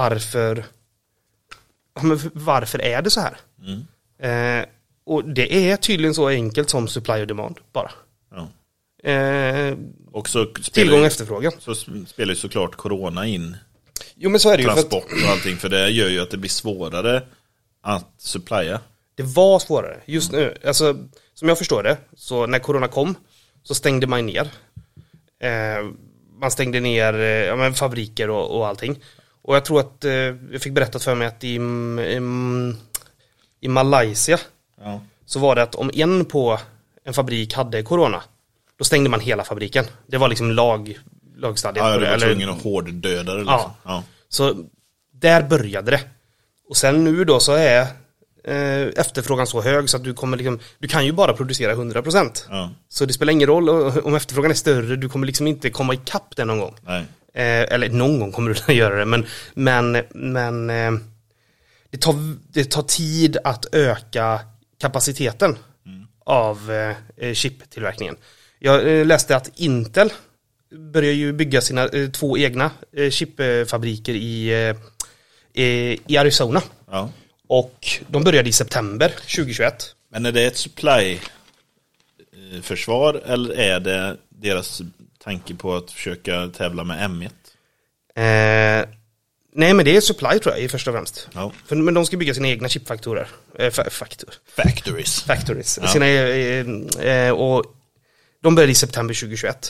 varför är det så här? Och det är tydligen så enkelt som supply och demand bara. Ja. Och så tillgång och efterfrågan. Så spelar ju såklart corona in. Jo, men så är det transport ju och allting, för det gör ju att det blir svårare att supplya. Det var svårare. Just nu, alltså, som jag förstår det, så när corona kom så stängde man ner. Man stängde ner fabriker och allting. Och jag tror att jag fick berättat för mig att i Malaysia så var det att om en på en fabrik hade corona, då stängde man hela fabriken. Det var liksom lagstadgat. Ja, det var tvungen att hårddöda det. Liksom. Ja. Så där började det. Och sen nu då så är efterfrågan så hög så att du kan ju bara producera 100%. Ja. Så det spelar ingen roll om efterfrågan är större, du kommer liksom inte komma ikapp den någon gång. Nej. Eller någon gång kommer du att göra det, men det tar tid att öka kapaciteten av chiptillverkningen. Jag läste att Intel börjar ju bygga sina 2 egna chipfabriker i Arizona. Ja. Och de började i september 2021. Men är det ett supply-försvar eller är det deras tanke på att försöka tävla med M1? Nej, men det är supply tror jag i första och främst. Ja. Men de ska bygga sina egna chipfaktorer. Factories. Ja. Och de började i september 2021.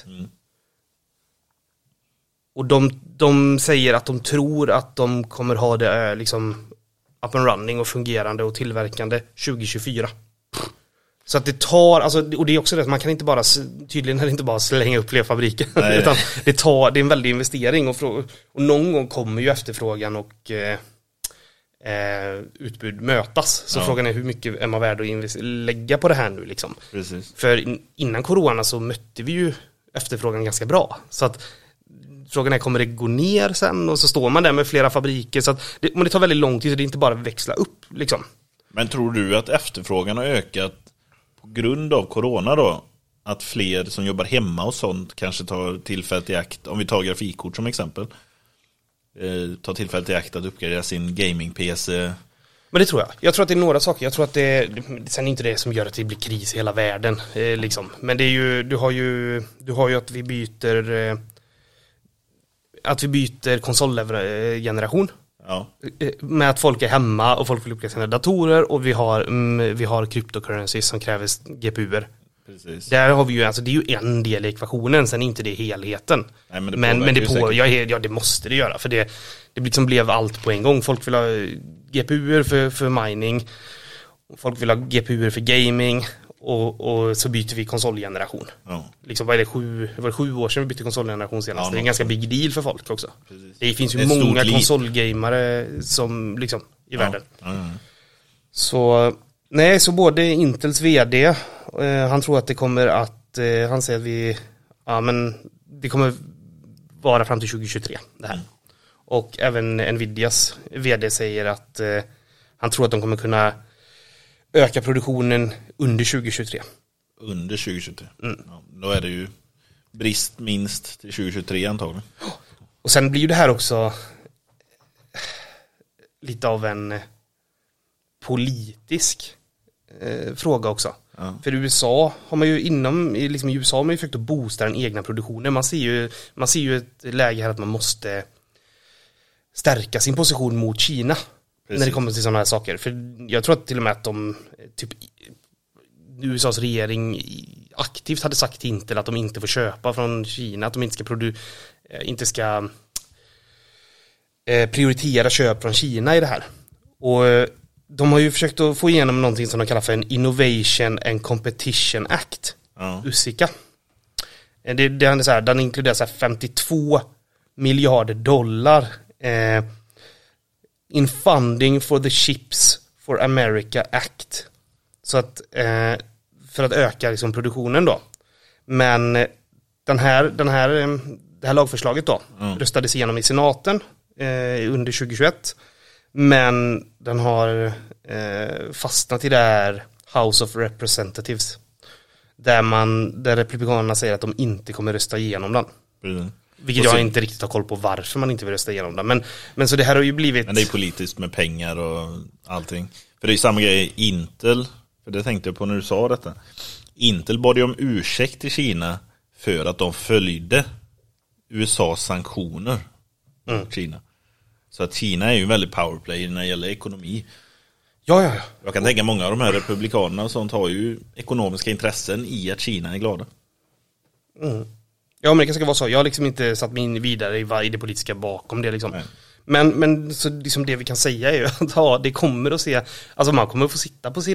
Och de säger att de tror att de kommer ha det liksom up and running och fungerande och tillverkande 2024. Så att det tar, alltså, och det är också det att man kan inte bara, tydligen är det inte bara slänga upp fler fabriker. Nej. Utan det är en väldig investering och någon gång kommer ju efterfrågan och utbud mötas. Så frågan är hur mycket är man värd att lägga på det här nu liksom. Precis. För innan corona så mötte vi ju efterfrågan ganska bra. Så att frågan är, kommer det gå ner sen? Och så står man där med flera fabriker. Så att men det tar väldigt lång tid, så det är inte bara att växla upp liksom. Men tror du att efterfrågan har ökat på grund av corona då? Att fler som jobbar hemma och sånt kanske tar tillfället i akt, om vi tar grafikkort som exempel, tar tillfället i akt att uppgradera sin gaming-PC? Men det tror jag. Jag tror att det är några saker. Jag tror att sen är inte det som gör att det blir kris i hela världen liksom. Men det är ju, du har ju att vi byter konsolgeneration. Ja. Med att folk är hemma och folk vill uppgradera sina datorer och vi har cryptocurrencies som kräver GPUer. Precis. Där har vi ju, alltså det är ju en del i ekvationen, sen är inte det helheten. Nej, men det måste det göra, för det liksom blev allt på en gång. Folk vill ha GPUer för mining, folk vill ha GPUer för gaming, och så byter vi konsolgeneration. Ja. Liksom, det var 7 år sedan vi bytte konsolgeneration senast. Det är en ganska big deal för folk också. Precis. Det finns ju många konsolgamare som liksom i världen. Så både Intels vd, han tror att det kommer att, han säger att det kommer vara fram till 2023 det här. Och även Nvidias vd säger att han tror att de kommer kunna öka produktionen under 2023. Under 2023. Ja, då är det ju brist minst till 2023 antagligen. Och sen blir ju det här också lite av en politisk fråga också. Ja. För i USA har man ju i USA har man ju försökt att boosta den egna produktionen. Man ser ju ett läge här att man måste stärka sin position mot Kina. Precis. När det kommer till sådana här saker. För jag tror att till och med att USAs regering aktivt hade sagt till Intel att de inte får köpa från Kina, att de inte ska prioritera köp från Kina i det här. Och de har ju försökt att få igenom någonting som de kallar för en Innovation and Competition Act, USICA. Den inkluderar så här 52 miljarder dollar in funding for the Chips for America Act. Så att för att öka liksom produktionen då. Men det här lagförslaget då röstades igenom i senaten under 2021. Men den har fastnat i det här House of Representatives. Där republikanerna säger att de inte kommer rösta igenom den. Vilket jag inte riktigt har koll på varför man inte vill rösta igenom den. Men så det här har ju blivit... Men det är politiskt med pengar och allting. För det är ju samma grej Intel, för det tänkte jag på när du sa detta. Intel bad ju om ursäkt till Kina för att de följde USAs sanktioner mot Kina. Så att Kina är ju en väldigt powerplay när det gäller ekonomi. Ja. Jag kan tänka många av de här republikanerna och sånt har ju ekonomiska intressen i att Kina är glada. Ja, men det ska vara så. Jag har liksom inte satt mig in vidare i det politiska bakom det liksom. Men så liksom det vi kan säga är ju att det kommer att se, alltså man kommer att få sitta på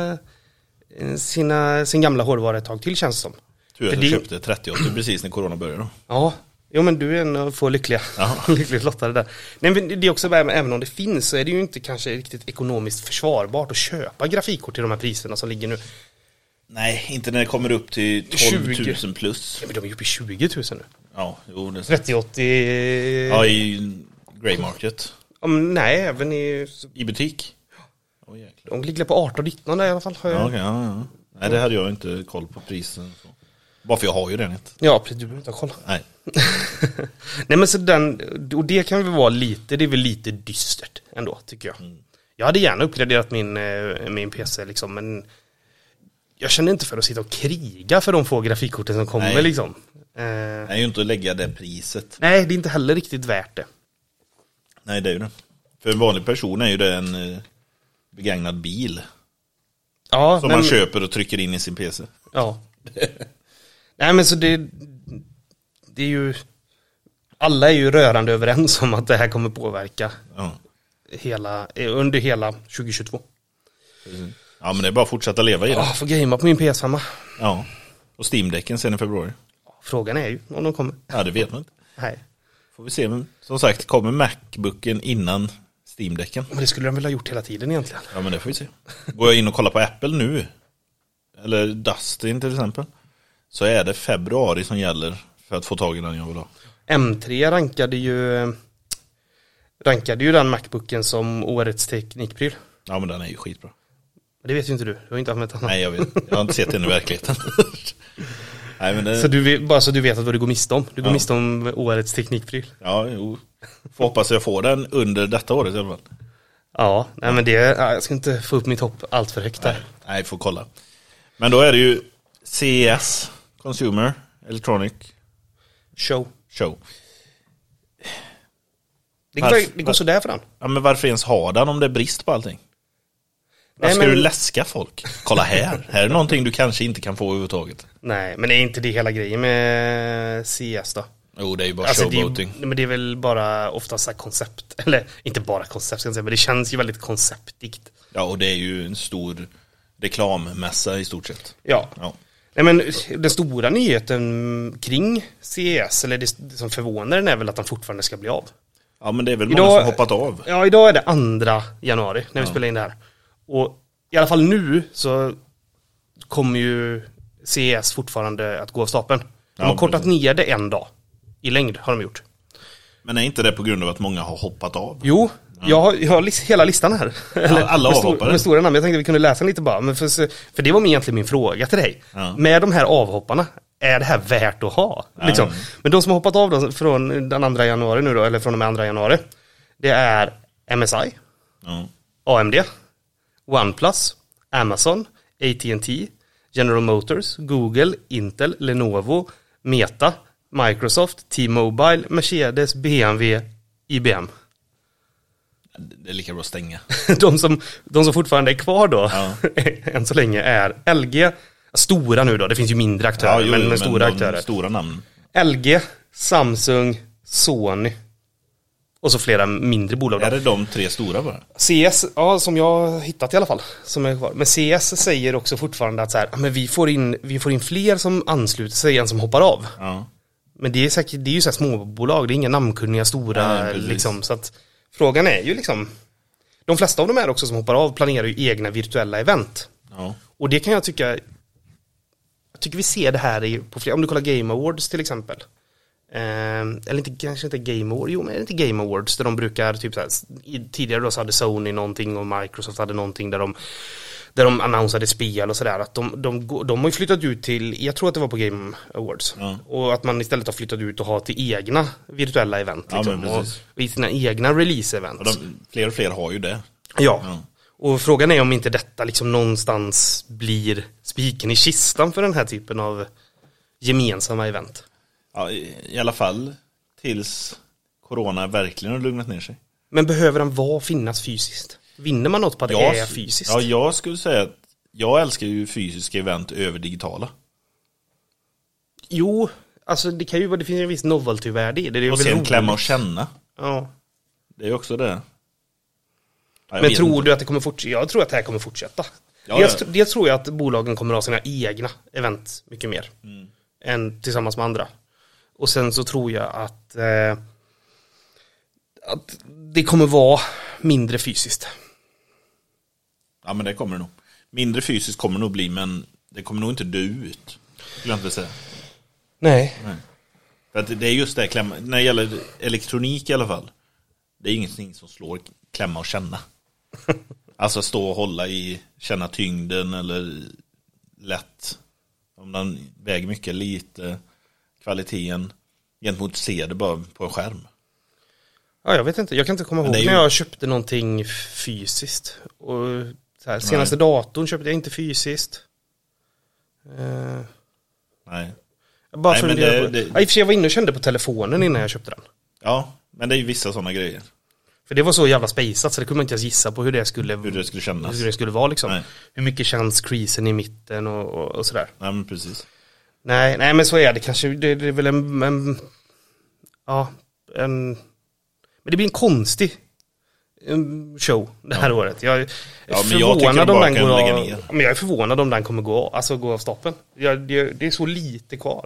sin gamla hårdvara ett tag till, känns det som. Tur att du köpte 38 precis när corona började då. Ja. Jo, men du är en av få lyckligt lottade där. Nej, men det är också, även om det finns, så är det ju inte kanske riktigt ekonomiskt försvarbart att köpa grafikkort till de här priserna som ligger nu. Nej, inte när det kommer upp till 12 000 plus. Ja, men de är uppe i 20 000 nu. Ja, jo, det är 30-80... Ja, i Grey Market. Ja, men nej, även i butik. De ligger på 18-19 där i alla fall. Ja. Nej, det hade jag inte koll på prisen. Bara för jag har ju den inte. Ja, du behöver inte ha koll. Nej. Nej, men så och det kan väl vara det är väl lite dystert ändå, tycker jag. Jag hade gärna uppgraderat min PC liksom, men jag känner inte för att sitta och kriga för de få grafikkorten som kommer liksom. Det är ju inte att lägga det priset. Nej, det är inte heller riktigt värt det. Nej, det är ju det. För en vanlig person är ju det en begagnad bil. Ja, som man köper och trycker in i sin PC. Ja. Nej, men så det är ju, alla är ju rörande överens om att det här kommer påverka under hela 2022. Ja, men det är bara att fortsätta leva i det. Ja, får gamea på min PS5. Ja, och Steam-däcken sen i februari. Frågan är ju om de kommer. Ja, det vet man inte. Nej. Får vi se, men som sagt, kommer Macbooken innan Steam-däcken? Men det skulle de väl ha gjort hela tiden egentligen. Ja, men det får vi se. Går jag in och kollar på Apple nu, eller Dustin till exempel, så är det februari som gäller för att få tag i den jag vill ha. M3 rankade ju den Macbooken som årets teknikpryl. Ja, men den är ju skitbra. Det vet ju inte du. Du har inte använt den. Nej, jag vet. Jag har inte sett den i verkligheten. Nej, men det... Bara så du vet att vad du går miste om. Du går miste om årets teknikpryl. Ja, jo. Får hoppas jag får den under detta året i alla fall. Ja, nej, men jag ska inte få upp mitt hopp allt för högt där. Nej, får kolla. Men då är det ju CES, Consumer Electronic Show. Det går sådär för den. Ja, men varför ens ha den om det är brist på allting? Varför ska du läska folk? Kolla här. Här är någonting du kanske inte kan få överhuvudtaget. Nej, men är inte det hela grejen med CS då? Jo, det är ju bara showboating. Men det är väl bara oftast så här koncept. Eller inte bara koncept, ska jag säga, men det känns ju väldigt konceptigt. Ja, och det är ju en stor reklammässa i stort sett. Ja. Nej, men den stora nyheten kring CS, eller det som förvånar den är väl att den fortfarande ska bli av. Ja, men det är väl många som hoppat av. Ja, idag är det 2 januari när vi spelar in det här. Och i alla fall nu så kommer ju CS fortfarande att gå av stapeln. De har kortat ner det 1 dag i längd, har de gjort. Men är inte det på grund av att många har hoppat av? Jo, jag har hela listan här. Alla avhoppare? Med stora namn. Jag tänkte att vi kunde läsa lite bara. Men för det var egentligen min fråga till dig. Ja. Med de här avhopparna, är det här värt att ha? Liksom. Men de som har hoppat av då, från den 2 januari nu då, eller från och med 2 januari, det är MSI, AMD, OnePlus, Amazon, AT&T, General Motors, Google, Intel, Lenovo, Meta, Microsoft, T-Mobile, Mercedes, BMW, IBM. Det är lika bra att stänga. De som fortfarande är kvar då, än så länge, är LG, stora nu då, det finns ju mindre aktörer, men stora aktörer. Stora namn. LG, Samsung, Sony och så flera mindre bolag. Är det de 3 stora bara? CS, ja, som jag har hittat i alla fall, som är kvar. Men CS säger också fortfarande att så här, men vi får in fler som ansluter sig än som hoppar av. Ja. Men det är ju så här småbolag, det är inga namnkunniga stora liksom, så att frågan är ju liksom, de flesta av de här också som hoppar av planerar ju egna virtuella event. Ja. Och det kan jag tycker vi ser det här på flera, om du kollar Game Awards till exempel. Eller inte, kanske inte Game Awards, jo men är det inte Game Awards där de brukar typ så här, tidigare då så hade Sony någonting och Microsoft hade någonting där de annonsade spel och sådär, att de har ju flyttat ut till, jag tror att det var på Game Awards, och att man istället har flyttat ut och har till egna virtuella event liksom, och i sina egna release-event. Fler och fler har ju det. Ja. Och frågan är om inte detta liksom någonstans blir spiken i kistan för den här typen av gemensamma event. Ja, i alla fall tills corona verkligen har lugnat ner sig. Men behöver den finnas fysiskt? Vinner man något på att det är fysiskt? Ja, jag skulle säga att jag älskar ju fysiska event över digitala. Jo, alltså det kan ju vara, det finns en viss novelty-värde i det. Och sen klämma och känna. Ja. Det är också det. Ja, men tror du att det kommer fortsätta? Jag tror att det här kommer fortsätta. Det tror jag att bolagen kommer ha sina egna event mycket mer än tillsammans med andra. Och sen så tror jag att det kommer vara mindre fysiskt. Ja, men det kommer det nog. Mindre fysiskt kommer det nog bli, men det kommer nog inte dö ut. Skulle jag inte säga. Nej. För att det är just det, när det gäller elektronik i alla fall. Det är ingenting som slår klämma och känna. Alltså stå och hålla i, känna tyngden eller lätt. Om den väger mycket, lite, kvaliteten gentemot se det bara på en skärm. Ja, jag vet inte. Jag kan inte komma ihåg när jag köpte någonting fysiskt. Och så här, senaste datorn köpte jag inte fysiskt. Nej. Jag bara funderade på det. I och för sig, jag var inne och kände på telefonen innan jag köpte den. Ja, men det är ju vissa sådana grejer. För det var så jävla spejsat så det kunde man inte ens gissa på hur det skulle kännas. Hur det skulle vara liksom. Nej. Hur mycket känns creasen i mitten och sådär. Nej, men precis. Nej, men så är det kanske. Det är väl men det blir en konstig show det här året. Jag är förvånad om den går men jag är förvånad om den kommer gå av stoppen. Det är så lite kvar.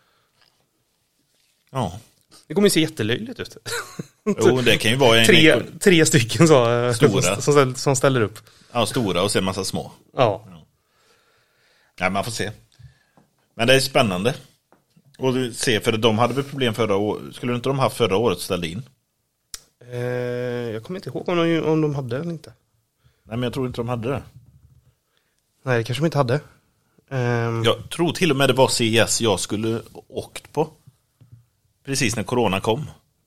Ja. Det kommer ju se jättelöjligt ut. Jo, det kan ju vara tre stycken så stora som ställer upp. Ja, stora och sen massa små. Ja. Ja, man får se. Men det är spännande. Och se, för de hade väl problem förra året. Skulle inte de haft förra året ställde in? Jag kommer inte ihåg om de hade eller inte. Nej, men jag tror inte de hade det. Nej, det kanske de inte hade. Jag tror till och med det var CS jag skulle åkt på. Precis när corona kom.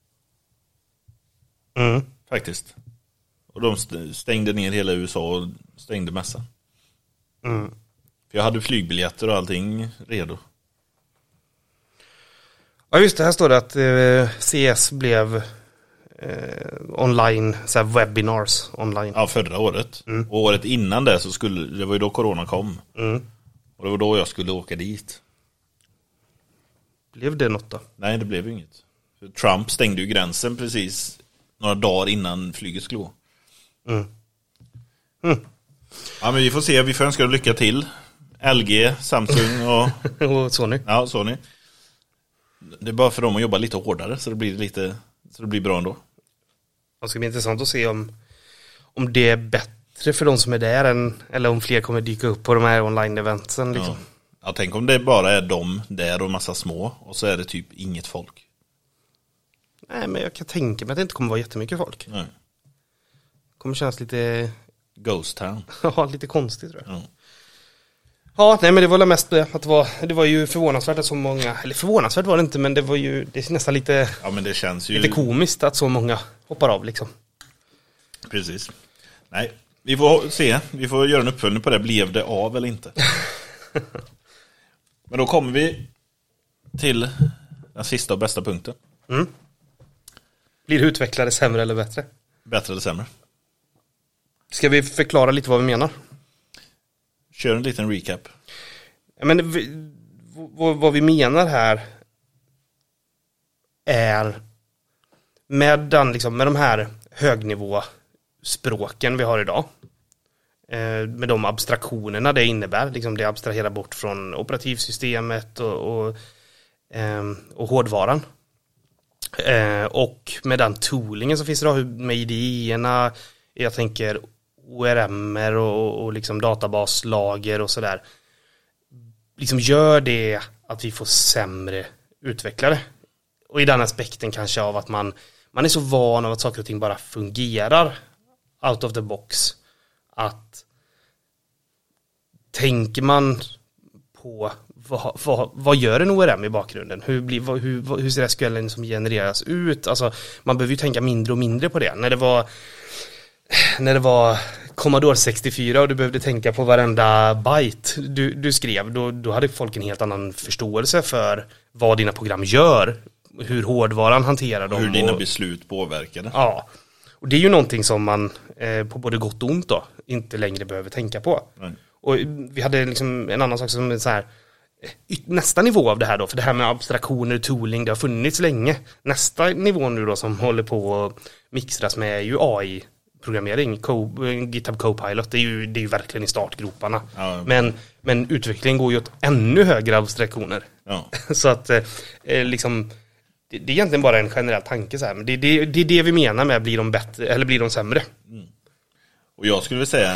Faktiskt. Och de stängde ner hela USA och stängde mässan. För jag hade flygbiljetter och allting redo. Ja, just det, här står det att CS blev online, så här webinars online. Ja, förra året. Och året innan det så det var ju då corona kom. Och det var då jag skulle åka dit. Blev det något då? Nej, det blev ju inget. För Trump stängde ju gränsen precis några dagar innan flyget skulle gå. Ja, men vi får se. Vi får önska lycka till. LG, Samsung och och Sony. Ja, Sony. Det är bara för dem att jobba lite hårdare så det blir bra ändå. Det ska bli intressant att se om det är bättre för de som är där eller om fler kommer dyka upp på de här online-eventsen liksom. Ja, tänk om det bara är de där och massa små och så är det typ inget folk. Nej, men jag kan tänka mig att det inte kommer vara jättemycket folk. Nej. Det kommer kännas lite Ghost Town. Ja, lite konstigt tror jag. Ja. Ja, nej, men det var väl mest det att det var ju förvånansvärt att så många, eller förvånansvärt var det inte, men det är nästan lite, Ja, men det känns ju lite komiskt att så många hoppar av liksom. Precis. Nej, vi får se. Vi får göra en uppföljning på det. Blev det av eller inte? Men då kommer vi till den sista och bästa punkten. Blir utvecklare sämre eller bättre? Bättre eller sämre? Ska vi förklara lite vad vi menar? Kör en liten recap. Men vad vi menar här är med de här högnivåspråken vi har idag, med de abstraktionerna det innebär, liksom det abstraherar bort från operativsystemet och hårdvaran, och med den toolingen som finns idag med IDE-erna, jag tänker ORM:er och liksom databaslager och sådär, liksom gör det att vi får sämre utvecklare. Och i den aspekten kanske av att man är så van av att saker och ting bara fungerar out of the box, att tänker man på vad gör en ORM i bakgrunden? Hur ser SQL:en som genereras ut? Alltså, man behöver ju tänka mindre och mindre på det. När det var Commodore 64 och du behövde tänka på varenda byte du skrev, då hade folk en helt annan förståelse för vad dina program gör, hur hårdvaran hanterar dem. Hur dina beslut påverkar det. Ja, och det är ju någonting som man på både gott och ont då inte längre behöver tänka på. Nej. Och vi hade liksom en annan sak som är så här, nästa nivå av det här då, för det här med abstraktioner, tooling, det har funnits länge. Nästa nivå nu då som håller på att mixras med är ju AI-programmering, GitHub Copilot, det är ju verkligen i startgroparna. Ja. Men utvecklingen går ju åt ännu högre abstraktioner. Ja. Så att liksom det är egentligen bara en generell tanke så här, men det är det vi menar med blir de bättre eller blir de sämre. Och jag skulle vilja säga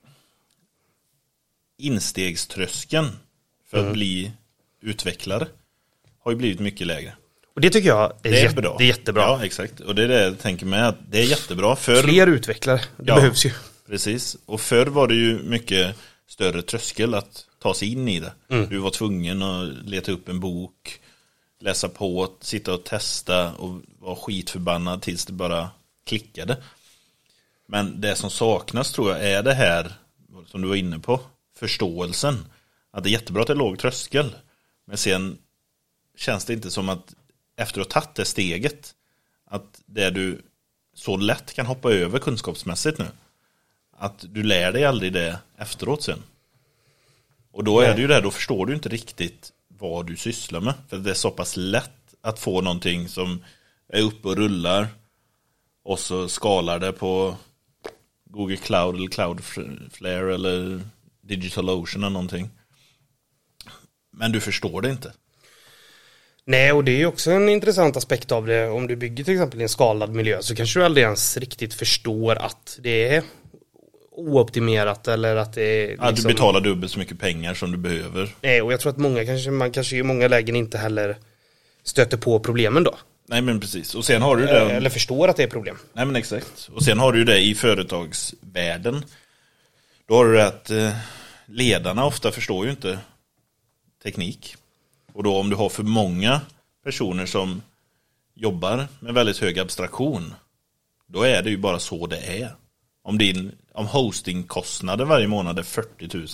instegströskeln för att bli utvecklare har ju blivit mycket lägre. Och det tycker jag är bra. Det är jättebra. Ja, exakt. Och det är det jag tänker med att det är jättebra. Fler utvecklare, det behövs ju. Precis. Och förr var det ju mycket större tröskel att ta sig in i det. Du var tvungen att leta upp en bok, läsa på, sitta och testa och vara skitförbannad tills det bara klickade. Men det som saknas tror jag är det här som du var inne på, förståelsen. Att det är jättebra att det är låg tröskel. Men sen känns det inte som att efter att ha tagit det steget, att det du så lätt kan hoppa över kunskapsmässigt nu, att du lär dig aldrig det efteråt sen. Och då är det ju det här, då förstår du inte riktigt vad du sysslar med. För det är så pass lätt att få någonting som är uppe och rullar och så skalar det på Google Cloud eller Cloudflare eller DigitalOcean eller någonting. Men du förstår det inte. Nej, och det är ju också en intressant aspekt av det. Om du bygger till exempel i en skalad miljö så kanske du aldrig ens riktigt förstår att det är ooptimerat eller att det är liksom... Att du betalar dubbelt så mycket pengar som du behöver. Nej, och jag tror att man kanske i många lägen inte heller stöter på problemen då. Nej, men precis. Och sen har du det... Eller förstår att det är problem. Nej, men exakt. Och sen har du det i företagsvärlden. Då har du det att ledarna ofta förstår ju inte teknik. Och då om du har för många personer som jobbar med väldigt hög abstraktion, då är det ju bara så det är. Om hostingkostnader varje månad är 40 000.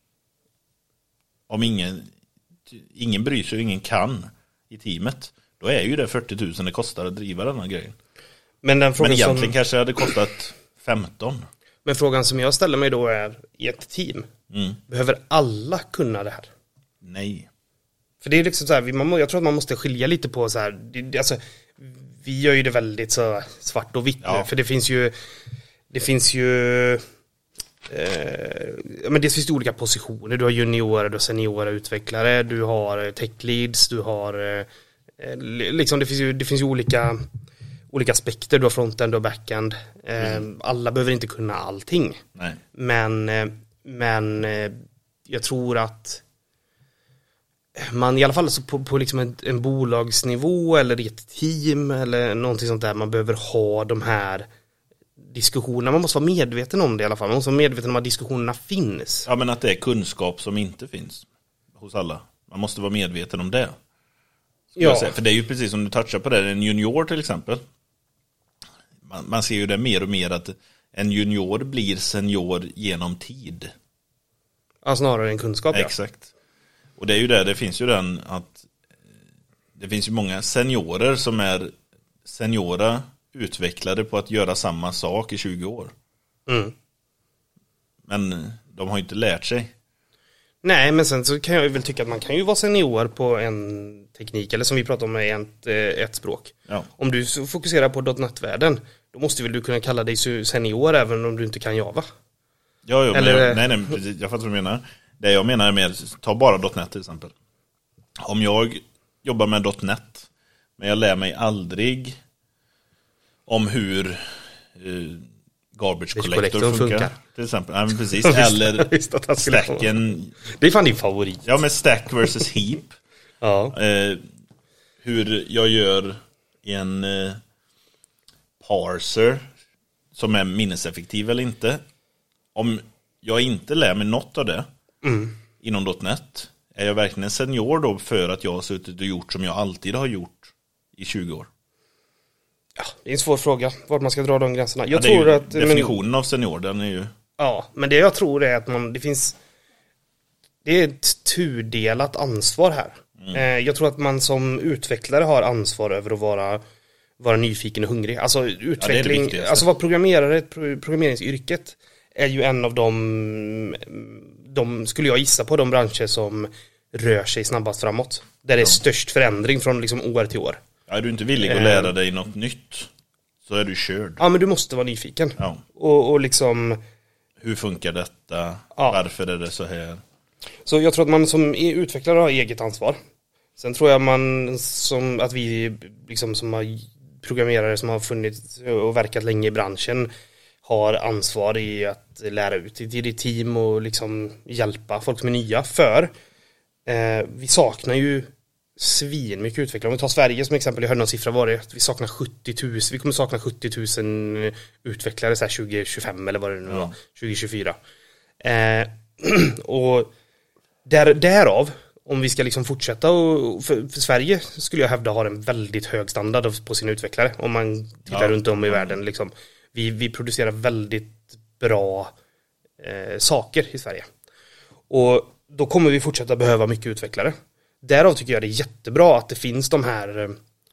Om ingen bryr sig och ingen kan i teamet, då är ju det 40 000 det kostar att driva den här grejen. Men den frågan Men egentligen kanske det hade kostat 15. Men frågan som jag ställer mig då är, i ett team, behöver alla kunna det här? Nej. För det är liksom så här, jag tror att man måste skilja lite på så här, alltså, vi gör ju det väldigt så svart och vitt nu, för det finns ju men det finns ju olika positioner. Du har juniorer, du har seniora utvecklare, du har tech leads, du har liksom det finns ju olika aspekter. Du har frontend, du har backend. Alla behöver inte kunna allting. Nej. Men jag tror att man i alla fall så på liksom en bolagsnivå eller i ett team eller någonting sånt där, man behöver ha de här diskussionerna. Man måste vara medveten om det i alla fall. Man måste vara medveten om att diskussionerna finns. Ja, men att det är kunskap som inte finns hos alla. Man måste vara medveten om det. Ja. För det är ju precis som du touchar på det. En junior till exempel. Man ser ju det mer och mer att en junior blir senior genom tid. Ja, snarare än kunskap. Exakt. Och det är ju det finns ju den att det finns ju många seniorer som är seniora utvecklade på att göra samma sak i 20 år. Men de har ju inte lärt sig. Nej, men sen så kan jag väl tycka att man kan ju vara senior på en teknik, eller som vi pratar om med ett språk. Ja. Om du fokuserar på .NET-världen, då måste väl du kunna kalla dig senior även om du inte kan Java. Ja, eller... nej, jag fattar vad du menar. Det jag menar är med, ta bara .NET till exempel. Om jag jobbar med .NET, men jag lär mig aldrig om hur garbage collector funkar. Till exempel. Ja, men precis. Eller stacken. Det är fan din favorit. Ja, med stack versus heap. Ja. Hur jag gör en parser som är minneseffektiv eller inte. Om jag inte lär mig något av det inom .NET, är jag verkligen en senior då för att jag har suttit och gjort som jag alltid har gjort i 20 år? Ja, det är en svår fråga, vart man ska dra de gränserna. Jag tror att definitionen av senior, den är ju... Ja, men det jag tror är att det är ett tudelat ansvar här. Jag tror att man som utvecklare har ansvar över att vara nyfiken och hungrig. Alltså utveckling, alltså vara programmerare, programmeringsyrket är ju en av de skulle jag gissa på, de branscher som rör sig snabbast framåt. Där det är störst förändring från liksom år till år. Ja, är du inte villig att lära dig något nytt, så är du körd. Ja, men du måste vara nyfiken. Ja. Och liksom... Hur funkar detta? Ja. Varför är det så här? Så jag tror att man som utvecklare har eget ansvar. Sen tror jag att vi liksom som har programmerare som har funnits och verkat länge i branschen har ansvar i att lära ut till ditt team och liksom hjälpa folk som är nya. För vi saknar ju svin mycket utvecklare. Om vi tar Sverige som exempel, jag hörde någon siffra var det att vi saknar 70 000. Vi kommer sakna 70 000 utvecklare så här 2025 eller vad det nu var, 2024. Och därav, om vi ska liksom fortsätta och för Sverige skulle jag hävda har en väldigt hög standard på sina utvecklare. Om man tittar runt om i världen liksom. Vi producerar väldigt bra saker i Sverige. Och då kommer vi fortsätta behöva mycket utvecklare. Därav tycker jag det är jättebra att det finns de här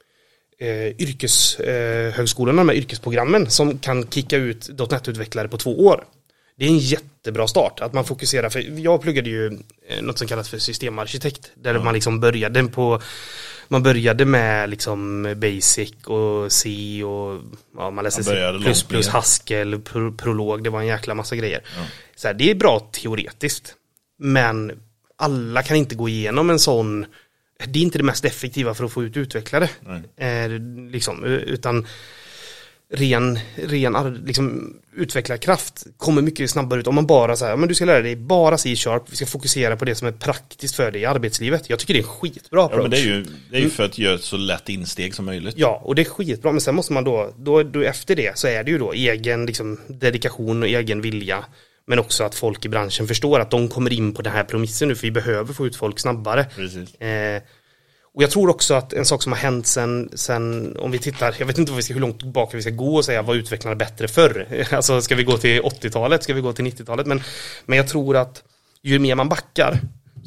yrkeshögskolorna med yrkesprogrammen som kan kicka ut .NET-utvecklare på 2 år. Det är en jättebra start att man fokuserar, för jag pluggade ju något som kallas för systemarkitekt där man liksom började med liksom basic och C och man läste C++, Haskell, prolog, det var en jäkla massa grejer. Så här, det är bra teoretiskt, men alla kan inte gå igenom en sån. Det är inte det mest effektiva för att få ut utvecklare. Liksom, utan ren liksom, utvecklarkraft kommer mycket snabbare ut om man bara säger, men du ska lära dig bara C#, vi ska fokusera på det som är praktiskt för dig i arbetslivet. Jag tycker det är en skitbra approach. Men det är ju för att göra ett så lätt insteg som möjligt. Ja, och det är skitbra, men sen måste man då efter det så är det ju då egen liksom, dedikation och egen vilja. Men också att folk i branschen förstår att de kommer in på den här promissen nu, för vi behöver få ut folk snabbare. Och jag tror också att en sak som har hänt sen om vi tittar, jag vet inte hur långt tillbaka vi ska gå och säga vad utvecklarna bättre förr. Alltså ska vi gå till 80-talet, ska vi gå till 90-talet? Men jag tror att ju mer man backar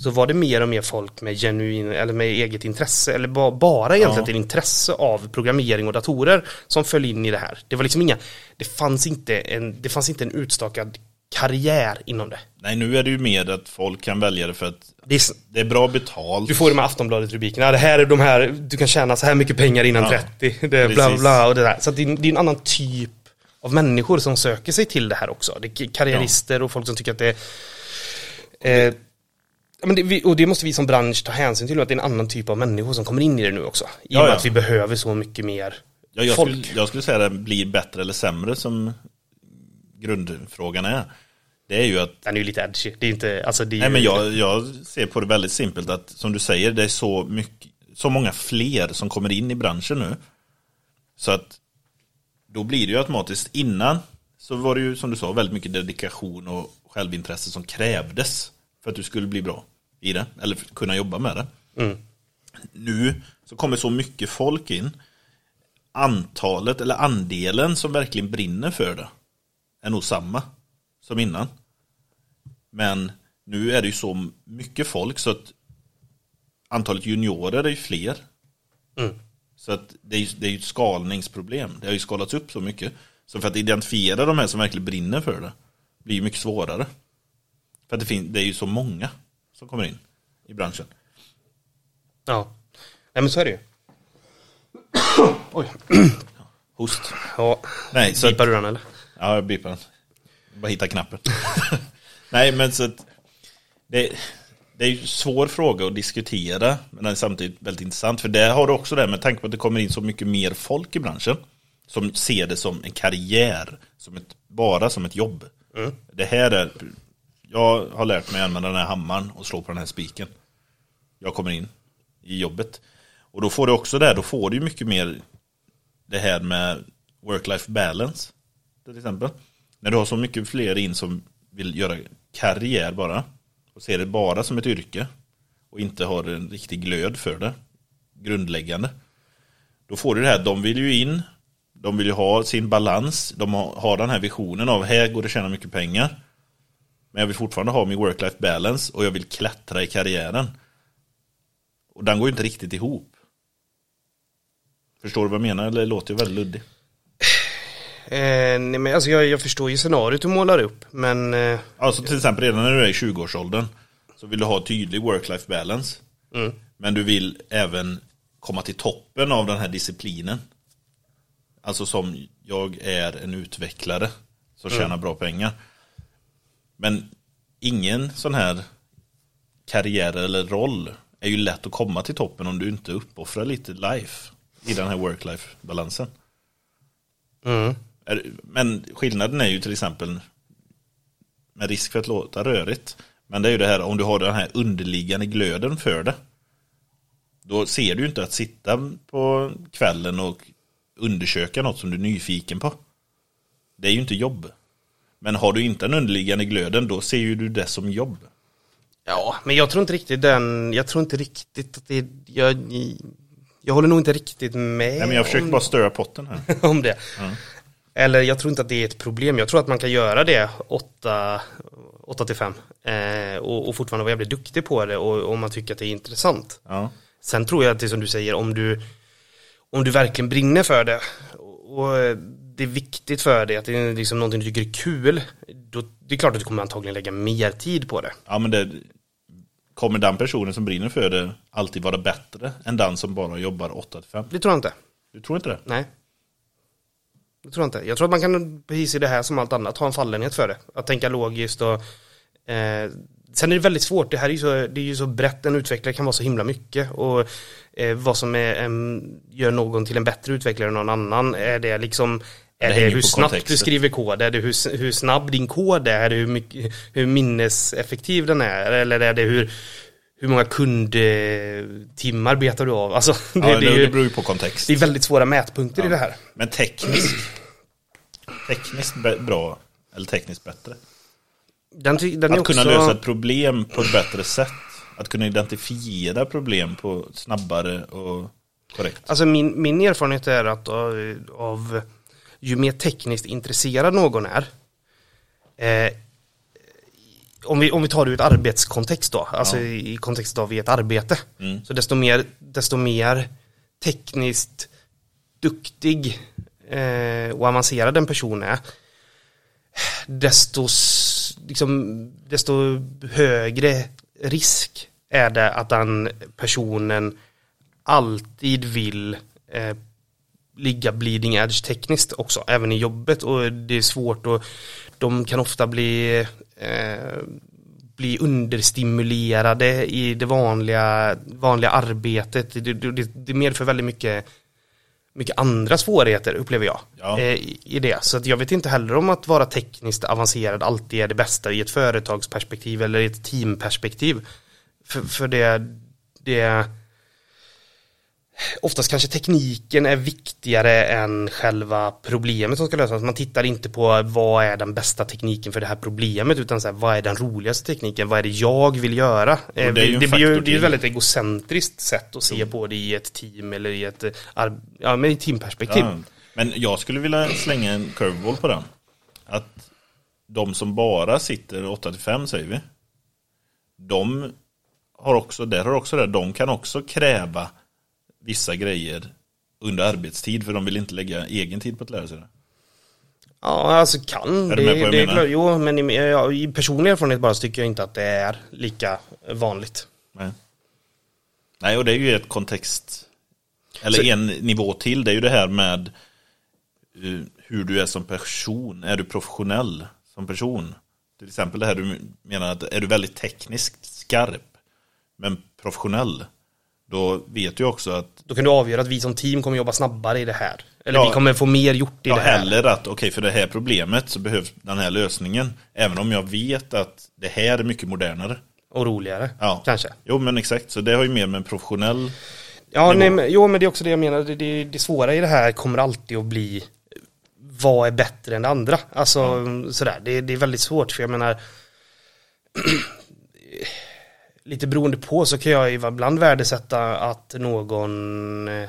så var det mer och mer folk med eller med eget intresse eller bara egentligen ett intresse av programmering och datorer som föll in i det här. Det var liksom det fanns inte en utstakad karriär inom det. Nej, nu är det ju mer att folk kan välja det för att det är bra betalt. Du får de här Aftonbladet-rubrikerna. Det här är de här, du kan tjäna så här mycket pengar innan 30. Det är bla bla och det där. Så det är en annan typ av människor som söker sig till det här också. Det är karriärister och folk som tycker att det är... och det måste vi som bransch ta hänsyn till, att det är en annan typ av människor som kommer in i det nu också. I och med att vi behöver så mycket mer folk. Jag skulle säga att det blir bättre eller sämre som grundfrågan är. Det är ju att... Den är ju lite edgy. Det är inte... Alltså det är men jag ser på det väldigt simpelt att, som du säger, det är så många fler som kommer in i branschen nu. Så att då blir det ju automatiskt, innan så var det ju, som du sa, väldigt mycket dedikation och självintresse som krävdes för att du skulle bli bra i det, eller kunna jobba med det. Nu så kommer så mycket folk in. Antalet eller andelen som verkligen brinner för det är nog samma som innan. Men nu är det ju så mycket folk så att antalet juniorer är ju fler. Så att det är ju ett skalningsproblem. Det har ju skalats upp så mycket. Så för att identifiera de här som verkligen brinner för det blir ju mycket svårare. För att det är ju så många som kommer in i branschen. Ja. Nej, men så är det ju. Oj. Host. Ja. Nej, så bipar du den eller? Ja, jag bipar den. Bara hitta knappen. Nej, men så att det är ju en svår fråga att diskutera, men den är samtidigt väldigt intressant. För det har du också där, med tanke på att det kommer in så mycket mer folk i branschen som ser det som en karriär, bara som ett jobb. Det här är... Jag har lärt mig att använda den här hammaren och slå på den här spiken. Jag kommer in i jobbet. Och då får du också då får du ju mycket mer det här med work-life balance, till exempel. När du har så mycket fler in som vill göra karriär bara och ser det bara som ett yrke och inte har en riktig glöd för det, grundläggande. Då får du det här, de vill ju in, de vill ju ha sin balans, de har den här visionen av här går det att tjäna mycket pengar. Men jag vill fortfarande ha min work-life balance och jag vill klättra i karriären. Och den går ju inte riktigt ihop. Förstår du vad jag menar? Eller det låter ju väldigt luddigt. Nej, men alltså jag förstår ju scenariot du målar upp, men... Alltså till exempel redan när du är i 20-årsåldern så vill du ha tydlig work-life balance. Men du vill även komma till toppen av den här disciplinen. Alltså som jag är en utvecklare som tjänar bra pengar. Men ingen sån här karriär eller roll är ju lätt att komma till toppen om du inte uppoffrar lite life i den här work-life-balansen. Men skillnaden är ju till exempel, med risk för att låta rörigt, men det är ju det här, om du har den här underliggande glöden för det, då ser du ju inte att sitta på kvällen och undersöka något som du är nyfiken på. Det är ju inte jobb. Men har du inte en underliggande glöden, då ser ju du det som jobb. Ja, men jag tror inte riktigt att det... Jag håller nog inte riktigt med. Nej, men jag försöker bara störa potten här. Om det. Eller jag tror inte att det är ett problem. Jag tror att man kan göra det 8-5 och fortfarande vara jävligt duktig på det och om man tycker att det är intressant. Ja. Sen tror jag att det är som du säger, om du verkligen brinner för det och det är viktigt för dig att det är liksom någonting du tycker är kul, då det är klart att du kommer antagligen lägga mer tid på det. Ja, men kommer den personen som brinner för det alltid vara bättre än den som bara jobbar 8-5? Det tror jag inte. Du tror inte det? Nej. Det tror jag inte. Jag tror att man kan, precis i det här som allt annat, ha en fallenhet för det. Att tänka logiskt och... sen är det väldigt svårt. Det är ju så brett. En utvecklare kan vara så himla mycket. Och vad som gör någon till en bättre utvecklare än någon annan, är det liksom... Är det hur snabbt du skriver kod? Är det hur snabb din kod är? Är det hur minneseffektiv den är? Eller är det hur många kundtimmar betar du av? Alltså, det beror ju på kontext. Det är väldigt svåra mätpunkter i det här. Men tekniskt bra eller tekniskt bättre? Den att också... kunna lösa ett problem på ett bättre sätt. Att kunna identifiera problem på snabbare och korrekt. Alltså min erfarenhet är att av ju mer tekniskt intresserad någon är, om vi tar det ur ett arbetskontext då, alltså i kontext av ett arbete, så desto mer tekniskt duktig och avancerad en person är, desto högre risk är det att den personen alltid vill ligga bleeding edge tekniskt också, även i jobbet, och det är svårt, och de kan ofta bli understimulerade i det vanliga arbetet. Det medför väldigt mycket andra svårigheter, upplever jag, i det. Så att jag vet inte heller om att vara tekniskt avancerad alltid är det bästa i ett företagsperspektiv eller i ett teamperspektiv. För det oftast kanske tekniken är viktigare än själva problemet som ska lösas. Man tittar inte på vad är den bästa tekniken för det här problemet, utan så här, vad är den roligaste tekniken, vad är det jag vill göra. Det är ju ett väldigt egocentriskt sätt att se på det i ett team eller i ett med ett teamperspektiv. Ja, men jag skulle vilja slänga en curveball på den. Att de som bara sitter 8-5, säger vi, de kan också kräva vissa grejer under arbetstid, för de vill inte lägga egen tid på att lära sig det. Ja, alltså kan. Jo, men i personlig erfarenhet bara tycker jag inte att det är lika vanligt. Nej, och det är ju ett kontext, eller en nivå till, det är ju det här med hur du är som person. Är du professionell som person? Till exempel det här du menar, att är du väldigt tekniskt skarp men professionell, då vet du också att... Då kan du avgöra att vi som team kommer jobba snabbare i det här. Eller vi kommer få mer gjort i det här. Eller att för det här problemet så behövs den här lösningen. Även om jag vet att det här är mycket modernare. Och roligare, kanske. Jo, men exakt. Så det har ju mer med en professionell... Ja, men det är också det jag menar. Det svåra i det här kommer alltid att bli vad är bättre än det andra. Alltså, sådär. Det är väldigt svårt, för jag menar... lite beroende på så kan jag ibland värdesätta att någon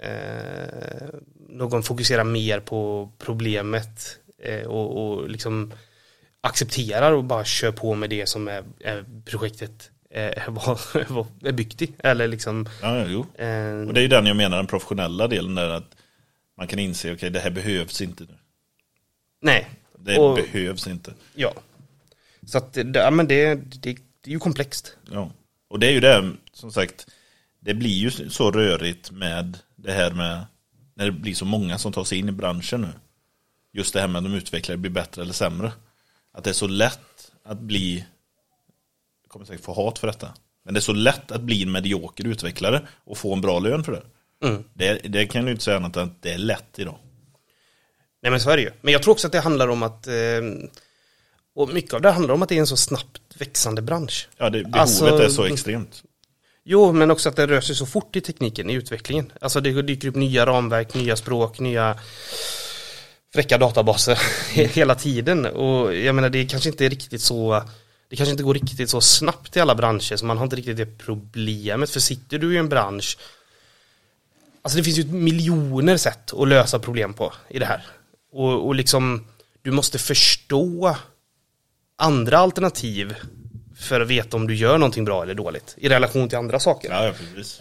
fokuserar mer på problemet och liksom accepterar och bara kör på med det som är projektet är byggt i. Eller liksom, och det är ju den jag menar, den professionella delen där, att man kan inse, det här behövs inte nu. Nej. Det behövs inte. Ja. Så att det är ju komplext. Ja. Och det är ju det, som sagt, det blir ju så rörigt med det här med när det blir så många som tar sig in i branschen nu. Just det här med att de utvecklare blir bättre eller sämre. Att det är så lätt att bli, jag kommer säkert få hat för detta, men det är så lätt att bli en medioker utvecklare och få en bra lön för det. Det kan du inte säga annat än att det är lätt idag. Nej, men så är det ju. Men jag tror också att det handlar om att och mycket av det handlar om att det är en så snabbt växande bransch. Ja, behovet är så extremt. Jo, men också att det rör sig så fort i tekniken, i utvecklingen. Alltså det dyker upp nya ramverk, nya språk, nya fräcka databaser hela tiden. Och jag menar, det kanske inte går riktigt så snabbt i alla branscher, så man har inte riktigt det problemet. För sitter du i en bransch, alltså det finns ju miljoner sätt att lösa problem på i det här. Och liksom, du måste förstå andra alternativ för att veta om du gör någonting bra eller dåligt i relation till andra saker. Ja, precis.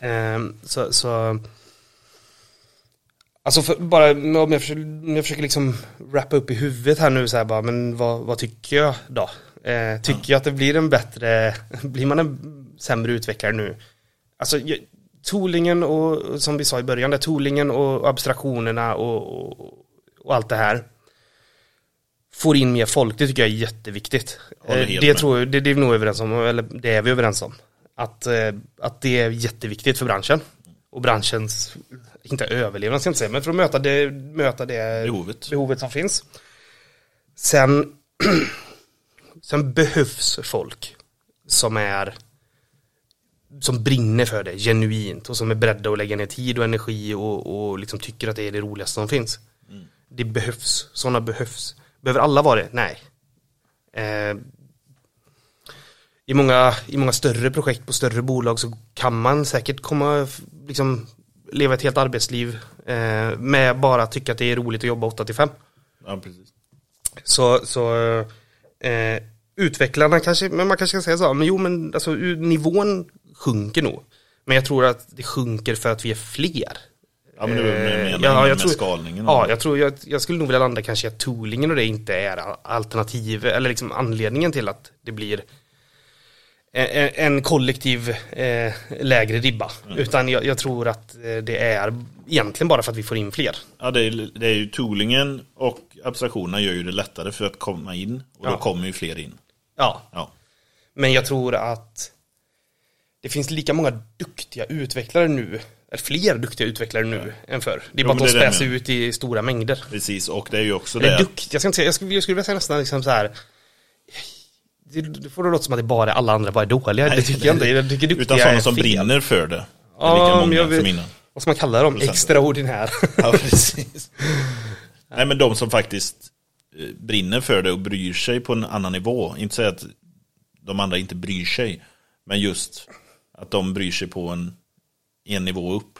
Alltså bara om jag försöker liksom wrappa upp i huvudet här nu så här bara, men vad tycker jag då? Tycker jag att det blir man en sämre utvecklare nu? Alltså toolingen och som vi sa i början, toolingen och abstraktionerna och allt det här får in mer folk, det tycker jag är jätteviktigt. Det tror jag, det är vi nog överens om, eller det är vi överens om. Att det är jätteviktigt för branschen. Och branschens, inte överlevnad ska jag inte säga, men för att möta det behovet som finns. Sen behövs folk som brinner för det genuint och som är beredda att lägga ner tid och energi och liksom tycker att det är det roligaste som finns. Det behövs, sådana behövs. Behöver alla vara det? Nej. I många större projekt på större bolag så kan man säkert leva ett helt arbetsliv med bara tycka att det är roligt att jobba 8-5. Ja, precis. utvecklarna kanske, men man kanske kan säga så, men jo, men alltså nivån sjunker nog. Men jag tror att det sjunker för att vi är fler. Ja, men du menar med skalningen? Ja, jag skulle nog vilja landa kanske att toolingen och det inte är alternativ, eller liksom anledningen till att det blir en kollektiv lägre ribba. Utan jag tror att det är egentligen bara för att vi får in fler. Ja, det är ju toolingen och abstraktionerna gör ju det lättare för att komma in. Och då kommer ju fler in. Ja. Men jag tror att det finns lika många duktiga utvecklare nu, eller fler duktiga utvecklare nu än förr. Det är bara att de späs ut i stora mängder. Precis, och det är ju också det. Jag skulle vilja säga nästan liksom så här. Det får det låta som att det bara alla andra bara är dåliga. Nej, det tycker jag inte. Jag tycker utan sådana som brinner för det. Ja, men vad ska man kalla dem? Extraordinär. Ja, precis. Nej, men de som faktiskt brinner för det och bryr sig på en annan nivå. Inte säga att de andra inte bryr sig, men just att de bryr sig på en nivå upp.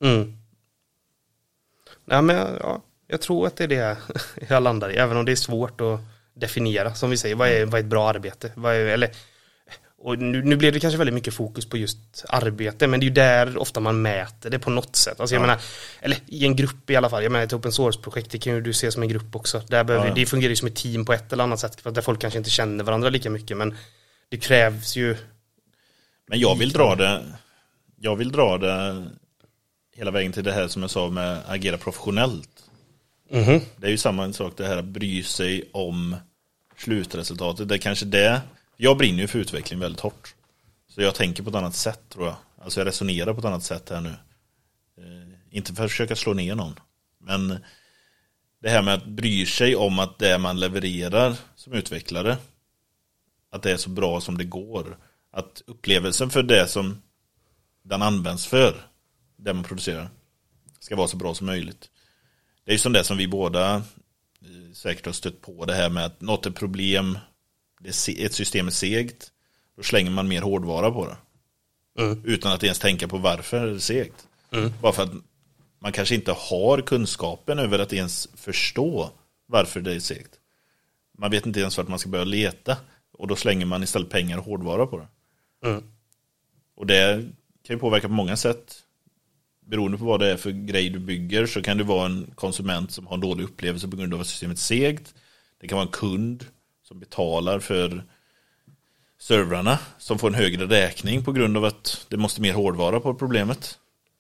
Ja, men jag tror att det är det jag landar i. Även om det är svårt att definiera, som vi säger. Vad är ett bra arbete? Och nu blir det kanske väldigt mycket fokus på just arbete, men det är ju där ofta man mäter det på något sätt. Alltså jag menar, eller i en grupp i alla fall. Jag menar, ett open source-projekt, det kan ju du se som en grupp också. Det fungerar ju som ett team på ett eller annat sätt, för där folk kanske inte känner varandra lika mycket, men det krävs ju. Men jag vill dra det hela vägen till det här som jag sa med agera professionellt. Det är ju samma sak, det här att bry sig om slutresultatet. Det är kanske det. Jag brinner ju för utveckling väldigt hårt. Så jag tänker på ett annat sätt, tror jag. Alltså jag resonerar på ett annat sätt här nu. Inte för att försöka slå ner någon. Men det här med att bry sig om att det man levererar som utvecklare, att det är så bra som det går. Att upplevelsen för det som den används för, det man producerar, ska vara så bra som möjligt. Det är ju som det som vi båda säkert har stött på, det här med att något är problem, ett system är segt, då slänger man mer hårdvara på det. Utan att ens tänka på varför det är segt. Bara för att man kanske inte har kunskapen över att ens förstå varför det är segt. Man vet inte ens vart man ska börja leta, och då slänger man istället pengar och hårdvara på det. Och det kan ju påverka på många sätt. Beroende på vad det är för grej du bygger, så kan du vara en konsument som har en dålig upplevelse på grund av att systemet är segt. Det kan vara en kund som betalar för servrarna, som får en högre räkning på grund av att det måste mer hårdvara på problemet.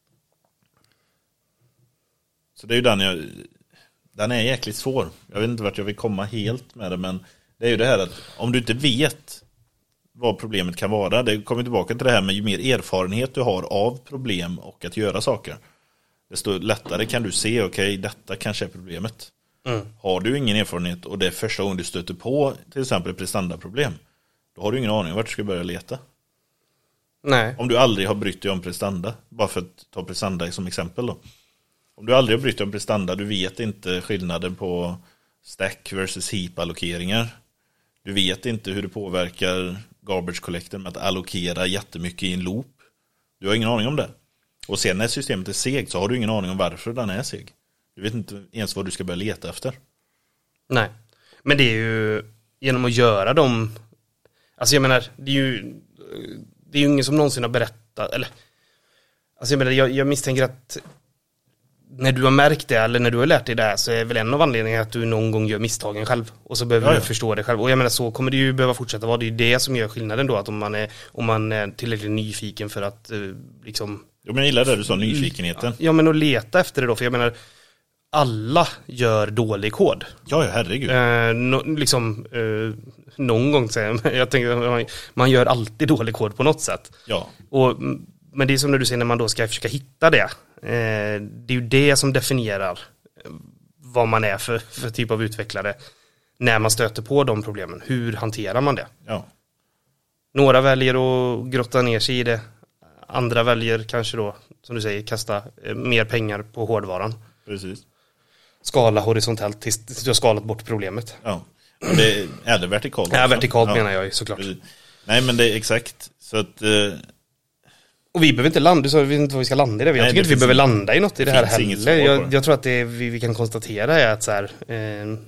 Så det är ju den är jäkligt svår. Jag vet inte vart jag vill komma helt med det, men det är ju det här att om du inte vet vad problemet kan vara, det kommer tillbaka till det här med ju mer erfarenhet du har av problem och att göra saker, desto lättare kan du se, okej, detta kanske är problemet. Har du ingen erfarenhet och det är första gången du stöter på till exempel ett prestandaproblem, då har du ingen aning vart du ska börja leta. Nej. Om du aldrig har brytt dig om prestanda, bara för att ta prestanda som exempel då. Om du aldrig har brytt dig om prestanda, du vet inte skillnaden på stack versus heap-allokeringar. Du vet inte hur det påverkar garbage collector med att allokera jättemycket i en loop. Du har ingen aning om det. Och sen när systemet är segt så har du ingen aning om varför den är seg. Du vet inte ens vad du ska börja leta efter. Nej, men det är ju genom att göra dem. Alltså jag menar, det är ju ingen som någonsin har berättat, eller alltså jag menar, jag misstänker att när du har märkt det eller när du har lärt dig det här, så är väl en av anledningarna att du någon gång gör misstagen själv, och så behöver du förstå det själv. Och jag menar, så kommer det ju behöva fortsätta vara. Det är ju det som gör skillnaden då, att om man är tillräckligt nyfiken för att liksom. Jo, men jag gillar det du sa, nyfikenheten. Ja, men att leta efter det då, för jag menar, alla gör dålig kod. Ja, herregud. Någon gång säger jag tänker, man gör alltid dålig kod på något sätt. Ja. Men det är som när du säger, när man då ska försöka hitta det. Det är ju det som definierar vad man är för typ av utvecklare när man stöter på de problemen. Hur hanterar man det? Ja. Några väljer att grotta ner sig i det. Andra väljer kanske då, som du säger, kasta mer pengar på hårdvaran. Precis. Skala horisontellt tills du har skalat bort problemet. Ja. Och det är det vertikalt? Ja, vertikalt menar jag såklart. Precis. Nej, men det är exakt. Så att och vi behöver inte landa, så vi vet inte vad vi ska landa i det. Jag tycker inte vi behöver landa i något i det här heller. Jag tror att det vi kan konstatera är att så här,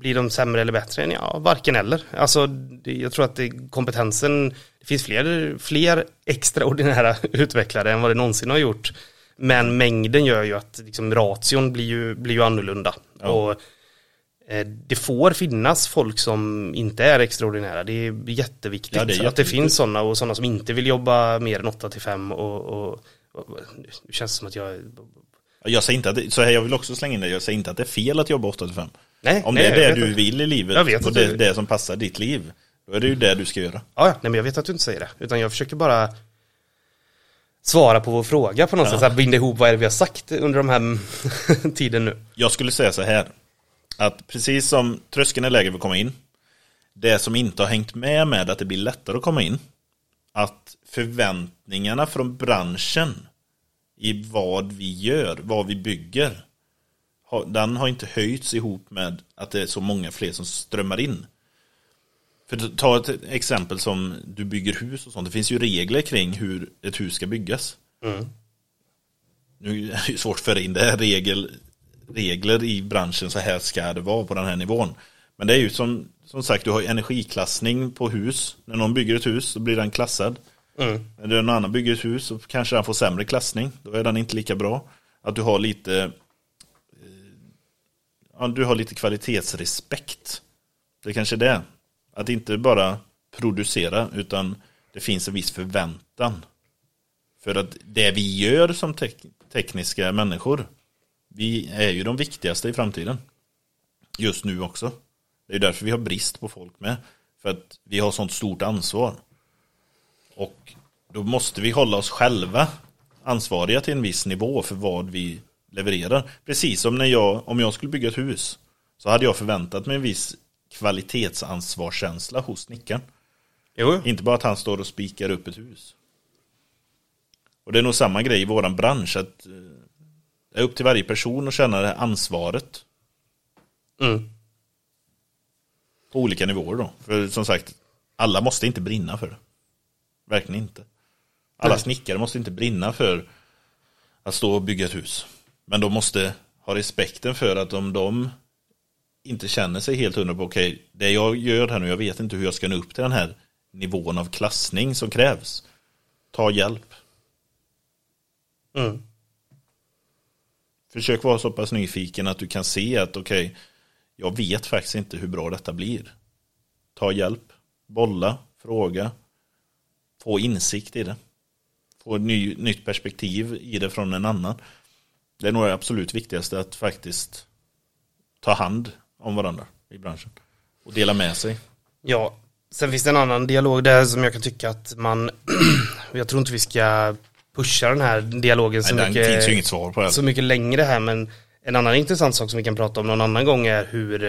Blir de sämre eller bättre? Ja, varken eller. Alltså, jag tror att kompetensen, det finns fler extraordinära utvecklare än vad det någonsin har gjort. Men mängden gör ju att liksom, ration blir ju annorlunda. Ja. Och det får finnas folk som inte är extraordinära. Det är jätteviktigt att det finns sådana och sådana som inte vill jobba mer än 8-5 och det känns som att jag säger inte att jag vill också slänga in det. Jag säger inte att det är fel att jobba 8-5. Nej, om det är det du vill i livet och det som passar ditt liv, då är det ju det du ska göra. Ja, nej, men jag vet att du inte säger det. Utan jag försöker bara svara på vår fråga på något sätt. Så här, binda ihop vad är det vi har sagt under de här tiden nu. Jag skulle säga så här. Att precis som tröskeln är lägre för att komma in, det som inte har hängt med att det blir lättare att komma in, att förväntningarna från branschen i vad vi gör, vad vi bygger, den har inte höjts ihop med att det är så många fler som strömmar in. För ta ett exempel som du bygger hus och sånt. Det finns ju regler kring hur ett hus ska byggas. Nu är det ju svårt att föra in det här regler i branschen, så här ska det vara på den här nivån. Men det är ju som sagt, du har energiklassning på hus. När någon bygger ett hus så blir den klassad. När någon annan bygger ett hus så kanske den får sämre klassning. Då är den inte lika bra. Att du har lite kvalitetsrespekt. Det är kanske det. Att inte bara producera, utan det finns en viss förväntan. För att det vi gör som tekniska människor, vi är ju de viktigaste i framtiden. Just nu också. Det är därför vi har brist på folk med. För att vi har sånt stort ansvar. Och då måste vi hålla oss själva ansvariga till en viss nivå för vad vi levererar. Precis som om jag skulle bygga ett hus, så hade jag förväntat mig en viss kvalitetsansvarskänsla hos snickaren. Jo. Inte bara att han står och spikar upp ett hus. Och det är nog samma grej i våran bransch, att det är upp till varje person att känna det här ansvaret. På olika nivåer då. För som sagt, alla måste inte brinna för det. Verkligen inte. Alla snickare måste inte brinna för att stå och bygga ett hus. Men de måste ha respekten för att om de inte känner sig helt hundra på okej, det jag gör här nu, jag vet inte hur jag ska nå upp till den här nivån av klassning som krävs. Ta hjälp. Försök vara så pass nyfiken att du kan se att okej, jag vet faktiskt inte hur bra detta blir. Ta hjälp, bolla, fråga, få insikt i det. Få ett nytt perspektiv i det från en annan. Det är nog det absolut viktigaste, att faktiskt ta hand om varandra i branschen och dela med sig. Ja, sen finns det en annan dialog där som jag kan tycka att jag tror inte vi ska pusha den här dialogen så mycket. Det finns ju inget svar på det. Så mycket längre här, men en annan intressant sak som vi kan prata om någon annan gång är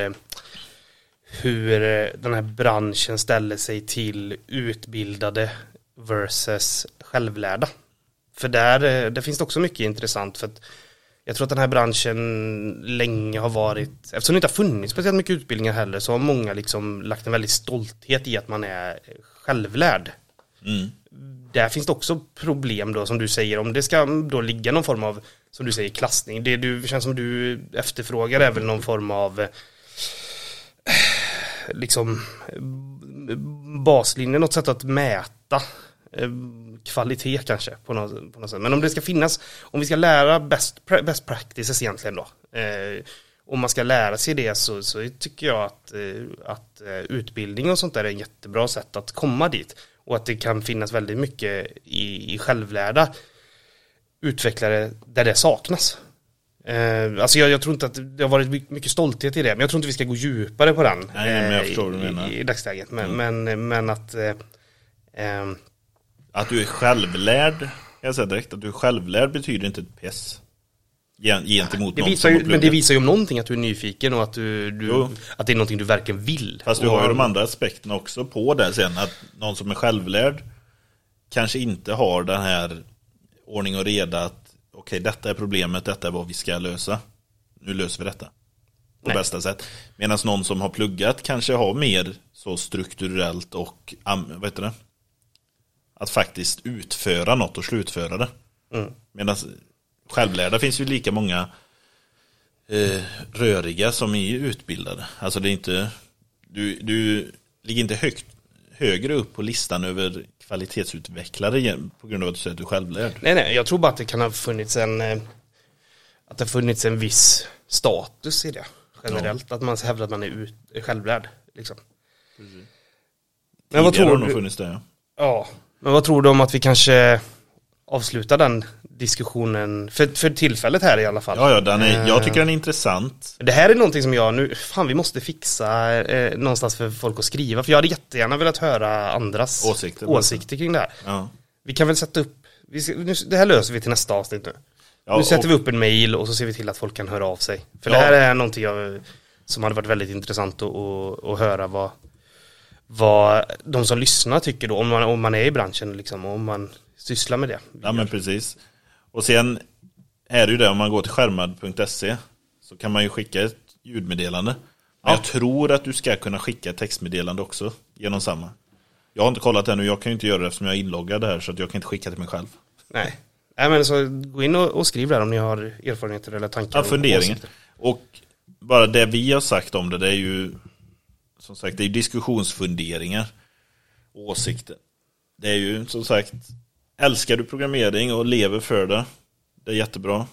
hur den här branschen ställer sig till utbildade versus självlärda. För där finns det också mycket intressant, för att jag tror att den här branschen länge har varit, eftersom det inte har funnits speciellt mycket utbildningar heller, så har många liksom lagt en väldigt stolthet i att man är självlärd. Där finns det också problem då, som du säger, om det ska då ligga någon form av, som du säger, klassning. Det du känns som du efterfrågar är väl någon form av liksom baslinje, något sätt att mäta kvalitet kanske på något sätt. Men om det ska finnas, om vi ska lära best practices egentligen då, om man ska lära sig det, så tycker jag att utbildning och sånt där är ett jättebra sätt att komma dit, och att det kan finnas väldigt mycket i självlärda utvecklare där det saknas. Alltså jag tror inte att det har varit mycket stolthet i det, men jag tror inte vi ska gå djupare på den. Nej, men jag förstår vad du menar. I dagsläget, men att att du är självlärd, jag säger direkt, att du är självlärd betyder inte ett piss gentemot någon som men det visar ju om någonting att du är nyfiken och att att det är någonting du verkligen vill. Fast du har ju de andra aspekterna också på det sen, att någon som är självlärd kanske inte har den här ordning och reda, att okej, detta är problemet, detta är vad vi ska lösa. Nu löser vi detta på bästa sätt. Medan någon som har pluggat kanske har mer så strukturellt och att faktiskt utföra något och slutföra det. Medan självlärda finns ju lika många röriga som är utbildade. Alltså det är inte, du ligger inte högre upp på listan över kvalitetsutvecklare igen, på grund av att du säger att du är självlärd. Nej, jag tror bara att det kan ha funnits en viss status i det generellt, att man hävdar att man är självlärd liksom. Men vad tror du? Funnits det, ja, men vad tror du om att vi kanske avslutar den diskussionen för tillfället här i alla fall? Ja, jag tycker den är intressant. Det här är någonting som vi måste fixa någonstans för folk att skriva, för jag hade jättegärna velat höra andras åsikter kring det här. Ja. Vi kan väl sätta upp, det här löser vi till nästa avsnitt nu. Ja, nu sätter vi upp en mail och så ser vi till att folk kan höra av sig. För det här är någonting som hade varit väldigt intressant att höra vad de som lyssnar tycker då, om man är i branschen liksom, om man sysslar med det. Ja, men precis. Och sen är det ju det, om man går till skärmad.se så kan man ju skicka ett ljudmeddelande. Men jag tror att du ska kunna skicka ett textmeddelande också genom samma. Jag har inte kollat ännu, jag kan ju inte göra det eftersom jag är inloggad här, så att jag kan inte skicka till mig själv. Nej, men så gå in och skriv där om ni har erfarenheter eller tankar. Ja, funderingar. Och bara det vi har sagt om det är ju, som sagt, det är diskussionsfunderingar, åsikter. Det är ju, som sagt, älskar du programmering och lever för det, det är jättebra.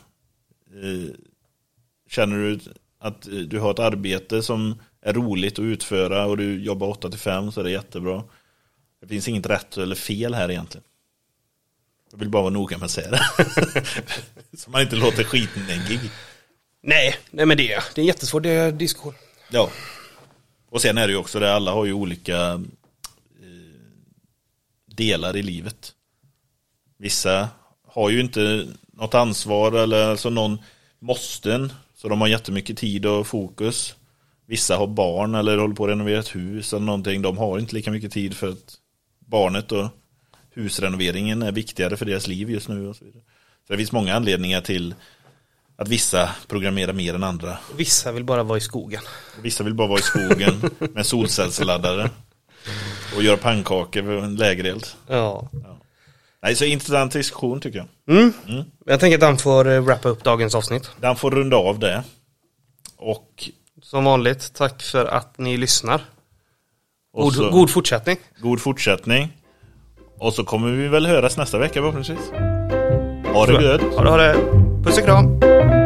Känner du att du har ett arbete som är roligt att utföra och du jobbar 8-5, så är det jättebra. Det finns inget rätt eller fel här egentligen. Jag vill bara vara noga med att säga det. Så man inte låter skitnäggig. Nej, men det är en jättesvår diskussion. Ja. Och sen är det ju också det, alla har ju olika delar i livet. Vissa har ju inte något ansvar eller så någon måsten, så de har jättemycket tid och fokus. Vissa har barn eller håller på att renovera ett hus eller någonting. De har inte lika mycket tid för att barnet och husrenoveringen är viktigare för deras liv just nu och så vidare. Så det finns många anledningar till att vissa programmerar mer än andra. Vissa vill bara vara i skogen. Vissa vill bara vara i skogen med solcellsladdare och göra pannkakor med en lägereld. Ja. Nej, så intressant diskussion tycker jag. Jag tänker att han får wrappa upp dagens avsnitt. Han får runda av det. Och som vanligt, tack för att ni lyssnar. God fortsättning. God fortsättning. Och så kommer vi väl höras nästa vecka förhoppningsvis. Ha det gött. Ha det. Puss och kram.